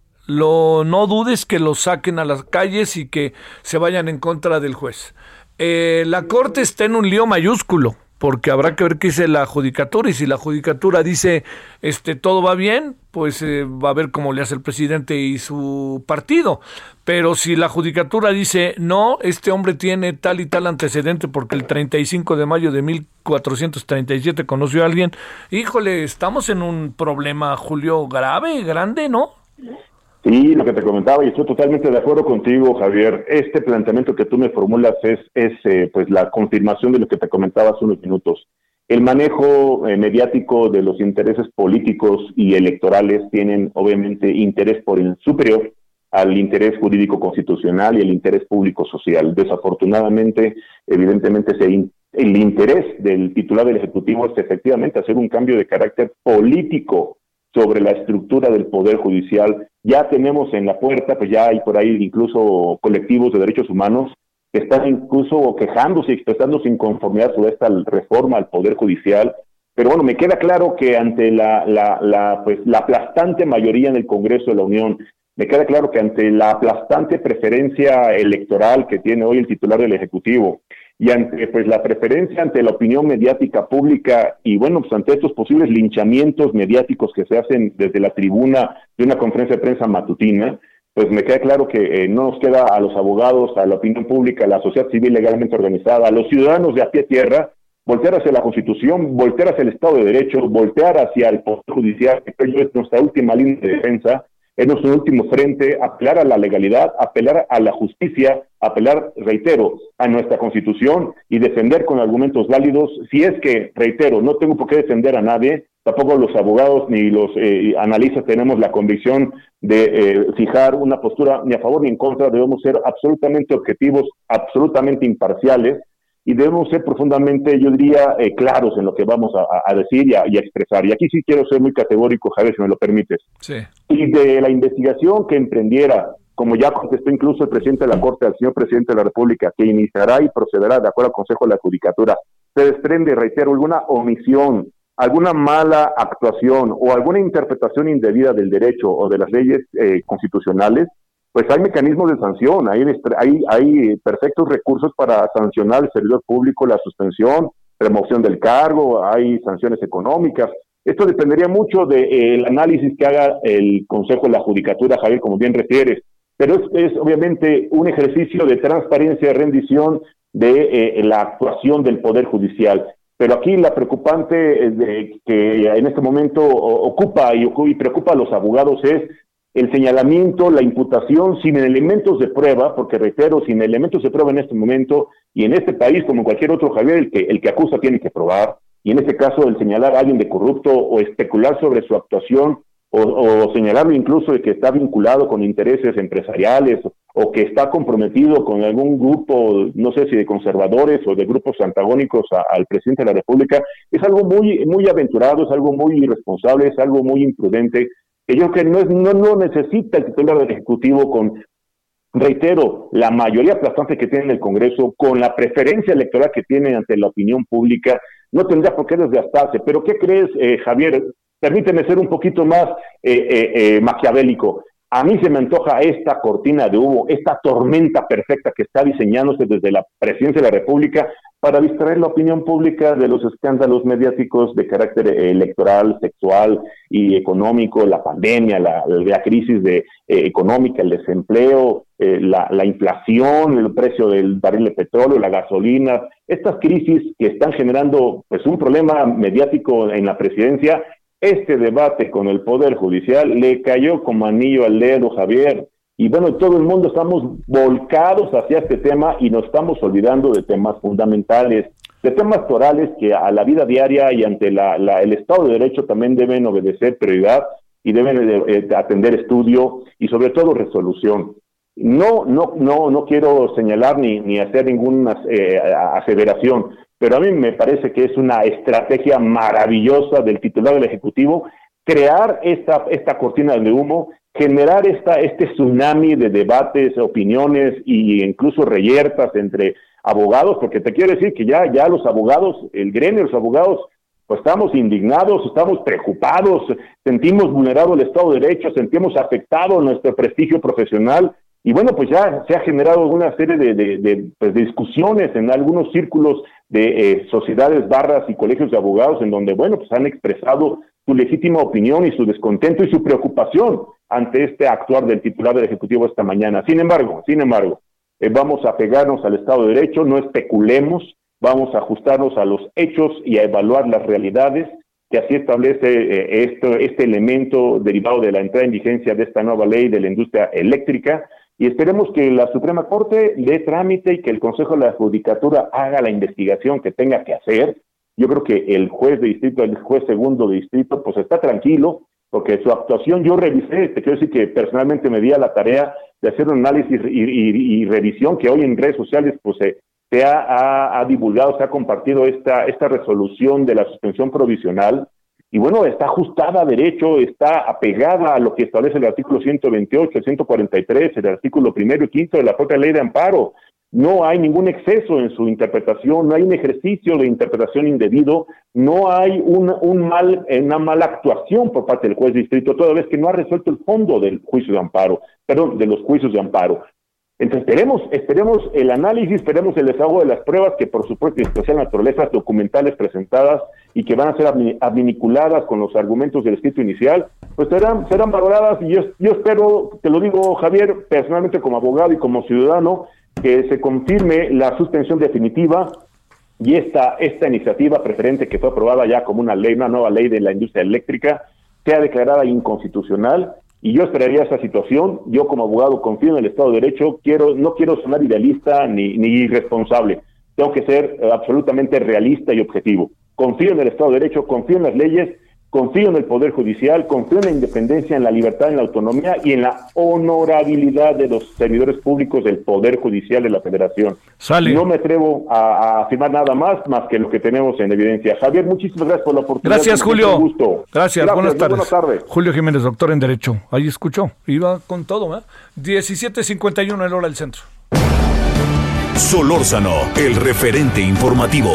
Lo, no dudes que lo saquen a las calles y que se vayan en contra del juez. Eh, la Corte está en un lío mayúsculo, porque habrá que ver qué dice la judicatura, y si la judicatura dice este todo va bien, pues eh, va a ver cómo le hace el presidente y su partido. Pero si la judicatura dice no, este hombre tiene tal y tal antecedente porque el treinta y cinco de mayo de mil cuatrocientos treinta y siete conoció a alguien, híjole, estamos en un problema, Julio, grave, grande, ¿no? Sí, lo que te comentaba, y estoy totalmente de acuerdo contigo, Javier. Este planteamiento que tú me formulas es, es eh, pues la confirmación de lo que te comentaba hace unos minutos. El manejo eh, mediático de los intereses políticos y electorales tienen obviamente interés por el superior al interés jurídico constitucional y el interés público social. Desafortunadamente, evidentemente, se in- el interés del titular del Ejecutivo es efectivamente hacer un cambio de carácter político sobre la estructura del Poder Judicial. Ya tenemos en la puerta, pues ya hay por ahí incluso colectivos de derechos humanos que están incluso quejándose y expresando su inconformidad sobre esta reforma al Poder Judicial. Pero bueno, me queda claro que ante la, la, la, pues, la aplastante mayoría en el Congreso de la Unión, me queda claro que ante la aplastante preferencia electoral que tiene hoy el titular del Ejecutivo, y ante pues la preferencia ante la opinión mediática pública, y bueno, pues ante estos posibles linchamientos mediáticos que se hacen desde la tribuna de una conferencia de prensa matutina, pues me queda claro que eh, no nos queda a los abogados, a la opinión pública, a la sociedad civil legalmente organizada, a los ciudadanos de a pie tierra, voltear hacia la Constitución, voltear hacia el Estado de Derecho, voltear hacia el Poder Judicial, que creo yo es nuestra última línea de defensa, es nuestro último frente, apelar a la legalidad, apelar a la justicia, apelar, reitero, a nuestra Constitución y defender con argumentos válidos. Si es que, reitero, no tengo por qué defender a nadie, tampoco los abogados ni los eh, analistas tenemos la convicción de eh, fijar una postura ni a favor ni en contra, debemos ser absolutamente objetivos, absolutamente imparciales, y debemos ser profundamente, yo diría, eh, claros en lo que vamos a, a decir y a, y a expresar. Y aquí sí quiero ser muy categórico, Javier, si me lo permites. Sí. Y de la investigación que emprendiera, como ya contestó incluso el presidente de la Corte, al señor presidente de la República, que iniciará y procederá de acuerdo al Consejo de la Judicatura, se desprende, reitero, alguna omisión, alguna mala actuación o alguna interpretación indebida del derecho o de las leyes eh, constitucionales, pues hay mecanismos de sanción, hay, hay, hay perfectos recursos para sancionar al servidor público, la suspensión, remoción del cargo, hay sanciones económicas. Esto dependería mucho del de, eh, análisis que haga el Consejo de la Judicatura, Javier, como bien refieres, pero es, es obviamente un ejercicio de transparencia, de rendición de eh, la actuación del Poder Judicial. Pero aquí la preocupante eh, de, que en este momento ocupa y, y preocupa a los abogados es el señalamiento, la imputación sin elementos de prueba, porque reitero, sin elementos de prueba en este momento, y en este país, como en cualquier otro, Javier, el que, el que acusa tiene que probar, y en este caso el señalar a alguien de corrupto o especular sobre su actuación, o, o señalarlo incluso de que está vinculado con intereses empresariales, o que está comprometido con algún grupo, no sé si de conservadores o de grupos antagónicos a, al presidente de la República, es algo muy, muy aventurado, es algo muy irresponsable, es algo muy imprudente, que yo creo que no, es, no, no necesita el titular del Ejecutivo con, reitero, la mayoría aplastante que tiene en el Congreso, con la preferencia electoral que tiene ante la opinión pública, no tendría por qué desgastarse. Pero ¿qué crees, eh, Javier? Permíteme ser un poquito más eh, eh, eh, maquiavélico. A mí se me antoja esta cortina de humo, esta tormenta perfecta que está diseñándose desde la Presidencia de la República para distraer la opinión pública de los escándalos mediáticos de carácter electoral, sexual y económico, la pandemia, la, la crisis de, eh, económica, el desempleo, eh, la, la inflación, el precio del barril de petróleo, la gasolina, estas crisis que están generando pues un problema mediático en la presidencia. Este debate con el Poder Judicial le cayó como anillo al dedo, Javier. Y bueno, todo el mundo estamos volcados hacia este tema y nos estamos olvidando de temas fundamentales, de temas torales que a la vida diaria y ante la, la, el Estado de Derecho también deben obedecer prioridad y deben de, de atender estudio y sobre todo resolución. No, no, no, no quiero señalar ni, ni hacer ninguna eh, aseveración, pero a mí me parece que es una estrategia maravillosa del titular del Ejecutivo crear esta, esta cortina de humo, generar esta, este tsunami de debates, opiniones e incluso reyertas entre abogados, porque te quiero decir que ya, ya los abogados, el gremio de los abogados, pues estamos indignados, estamos preocupados, sentimos vulnerado el Estado de Derecho, sentimos afectado nuestro prestigio profesional. Y bueno, pues ya se ha generado una serie de, de, de, pues de discusiones en algunos círculos de eh, sociedades, barras y colegios de abogados, en donde, bueno, pues han expresado su legítima opinión y su descontento y su preocupación ante este actuar del titular del Ejecutivo esta mañana. Sin embargo, sin embargo, eh, vamos a pegarnos al Estado de Derecho, no especulemos, vamos a ajustarnos a los hechos y a evaluar las realidades que así establece eh, esto, este elemento derivado de la entrada en vigencia de esta nueva ley de la industria eléctrica. Y esperemos que la Suprema Corte dé trámite y que el Consejo de la Judicatura haga la investigación que tenga que hacer. Yo creo que el juez de distrito, el juez segundo de distrito, pues está tranquilo, porque su actuación, yo revisé, te quiero decir que personalmente me di a la tarea de hacer un análisis y, y, y revisión que hoy en redes sociales pues se, se ha, ha, ha divulgado, se ha compartido esta, esta resolución de la suspensión provisional. Y bueno, está ajustada a derecho, está apegada a lo que establece el artículo ciento veintiocho, el ciento cuarenta y tres, el artículo primero y quinto de la propia ley de amparo. No hay ningún exceso en su interpretación, no hay un ejercicio de interpretación indebido, no hay un, un mal, una mala actuación por parte del juez de distrito, toda vez que no ha resuelto el fondo del juicio de amparo, perdón, de los juicios de amparo. Entonces esperemos, esperemos el análisis, esperemos el desahogo de las pruebas que por supuesto de especial naturaleza documentales presentadas y que van a ser advinculadas con los argumentos del escrito inicial, pues serán, serán valoradas y yo, yo espero, te lo digo Javier, personalmente como abogado y como ciudadano, que se confirme la suspensión definitiva y esta, esta iniciativa preferente que fue aprobada ya como una ley, una nueva ley de la industria eléctrica, sea declarada inconstitucional. Y yo esperaría esa situación. Yo como abogado confío en el Estado de Derecho, quiero, no quiero sonar idealista ni, ni irresponsable, tengo que ser eh, absolutamente realista y objetivo. Confío en el Estado de Derecho, confío en las leyes, confío en el Poder Judicial, confío en la independencia, en la libertad, en la autonomía y en la honorabilidad de los servidores públicos del Poder Judicial de la Federación. Sale. No me atrevo a, a afirmar nada más, más que lo que tenemos en evidencia. Javier, muchísimas gracias por la oportunidad. Gracias, Julio. Un gusto. Gracias, Gracias, buenas tardes. buenas tardes. Julio Jiménez, doctor en Derecho. Ahí escuchó, iba con todo, ¿eh? diecisiete cincuenta y uno el hora del centro. Solórzano, el referente informativo.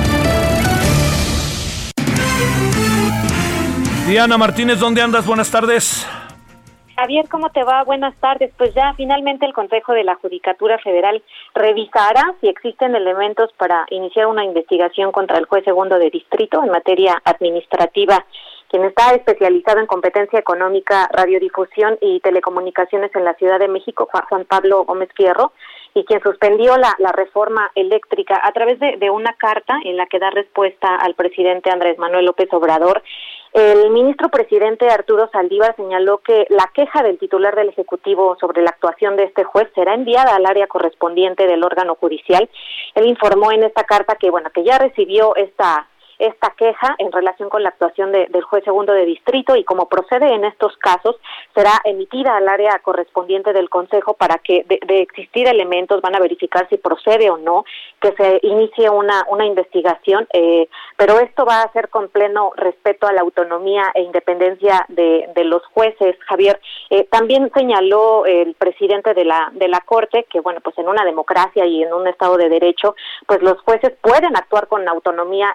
Diana Martínez, ¿dónde andas? Buenas tardes. Javier, ¿cómo te va? Buenas tardes. Pues ya finalmente el Consejo de la Judicatura Federal revisará si existen elementos para iniciar una investigación contra el juez segundo de distrito en materia administrativa, quien está especializado en competencia económica, radiodifusión y telecomunicaciones en la Ciudad de México, Juan Pablo Gómez Fierro, y quien suspendió la, la reforma eléctrica a través de, de una carta en la que da respuesta al presidente Andrés Manuel López Obrador. El ministro presidente Arturo Saldívar señaló que la queja del titular del Ejecutivo sobre la actuación de este juez será enviada al área correspondiente del órgano judicial. Él informó en esta carta que, bueno, que ya recibió esta esta queja en relación con la actuación de, del juez segundo de distrito y como procede en estos casos, será emitida al área correspondiente del Consejo para que de, de existir elementos van a verificar si procede o no que se inicie una, una investigación, eh, pero esto va a ser con pleno respeto a la autonomía e independencia de, de los jueces, Javier. Eh, también señaló el presidente de la, de la Corte que, bueno, pues en una democracia y en un Estado de Derecho, pues los jueces pueden actuar con autonomía e independencia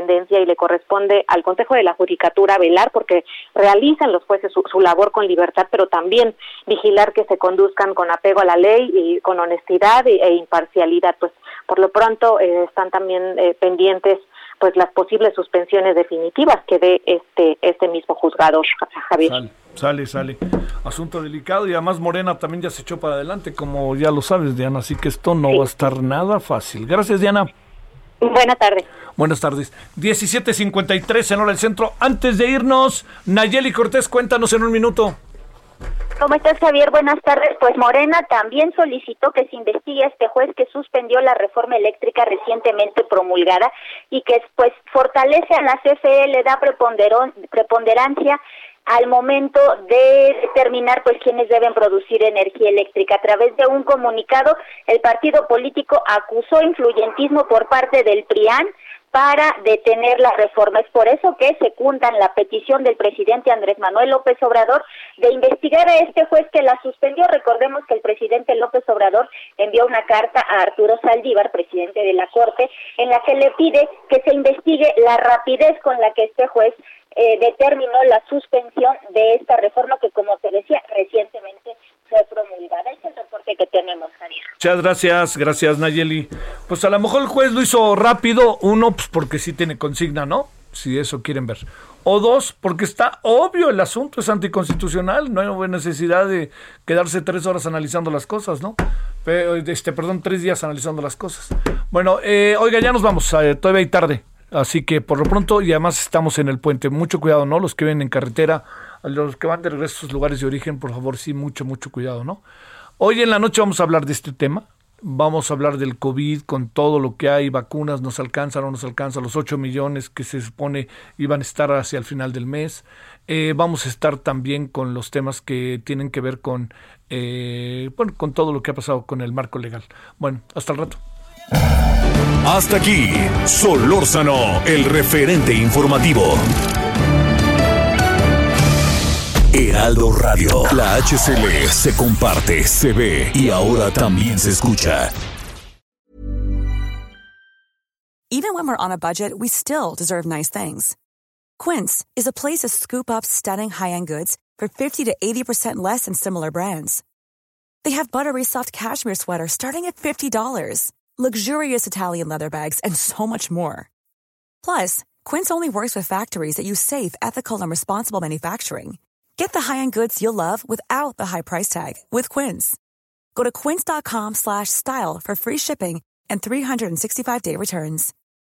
independencia y le corresponde al Consejo de la Judicatura velar porque realicen los jueces su, su labor con libertad, pero también vigilar que se conduzcan con apego a la ley y con honestidad e, e imparcialidad. Pues por lo pronto eh, están también eh, pendientes pues las posibles suspensiones definitivas que dé este este mismo juzgado, Javier. Sale, sale, sale. Asunto delicado y además Morena también ya se echó para adelante, como ya lo sabes, Diana, así que esto no sí. va a estar nada fácil. Gracias, Diana. Buenas tardes. Buenas tardes. diecisiete cincuenta y tres en hora del centro. Antes de irnos, Nayeli Cortés, cuéntanos en un minuto. ¿Cómo estás, Javier? Buenas tardes. Pues Morena también solicitó que se investigue a este juez que suspendió la reforma eléctrica recientemente promulgada y que pues fortalece a la C F E, le da preponderancia al momento de determinar pues quiénes deben producir energía eléctrica. A través de un comunicado, el partido político acusó influyentismo por parte del P R I A N para detener la reforma. Es por eso que secundan la petición del presidente Andrés Manuel López Obrador de investigar a este juez que la suspendió. Recordemos que el presidente López Obrador envió una carta a Arturo Saldívar, presidente de la Corte, en la que le pide que se investigue la rapidez con la que este juez eh, determinó la suspensión de esta reforma que, como te decía, recientemente fue promulgada. Ese es el reporte que tenemos, Javier. Muchas gracias, gracias, Nayeli. Pues a lo mejor el juez lo hizo rápido, uno, pues porque sí tiene consigna, ¿no? Si eso quieren ver. O dos, porque está obvio el asunto, es anticonstitucional, no hay necesidad de quedarse tres horas analizando las cosas, ¿no? Pero, este, perdón, tres días analizando las cosas. Bueno, eh, oiga, ya nos vamos, eh, todavía hay tarde, así que por lo pronto, y además estamos en el puente, mucho cuidado, ¿no? Los que ven en carretera, los que van de regreso a sus lugares de origen, por favor, sí, mucho, mucho cuidado, ¿no? Hoy en la noche vamos a hablar de este tema. Vamos a hablar del COVID con todo lo que hay, vacunas, nos alcanzan o no nos alcanzan, los ocho millones que se supone iban a estar hacia el final del mes. Eh, vamos a estar también con los temas que tienen que ver con, eh, bueno, con todo lo que ha pasado con el marco legal. Bueno, hasta el rato. Hasta aquí, Solórzano, el referente informativo. Heraldo Radio. La H C L se comparte, se ve y ahora también se escucha. Even when we're on a budget, we still deserve nice things. Quince is a place to scoop up stunning high-end goods for fifty to eighty percent less than similar brands. They have buttery soft cashmere sweaters starting at fifty dollars, luxurious Italian leather bags, and so much more. Plus, Quince only works with factories that use safe, ethical, and responsible manufacturing. Get the high-end goods you'll love without the high price tag with Quince. Go to quince.com slash style for free shipping and three sixty-five day returns.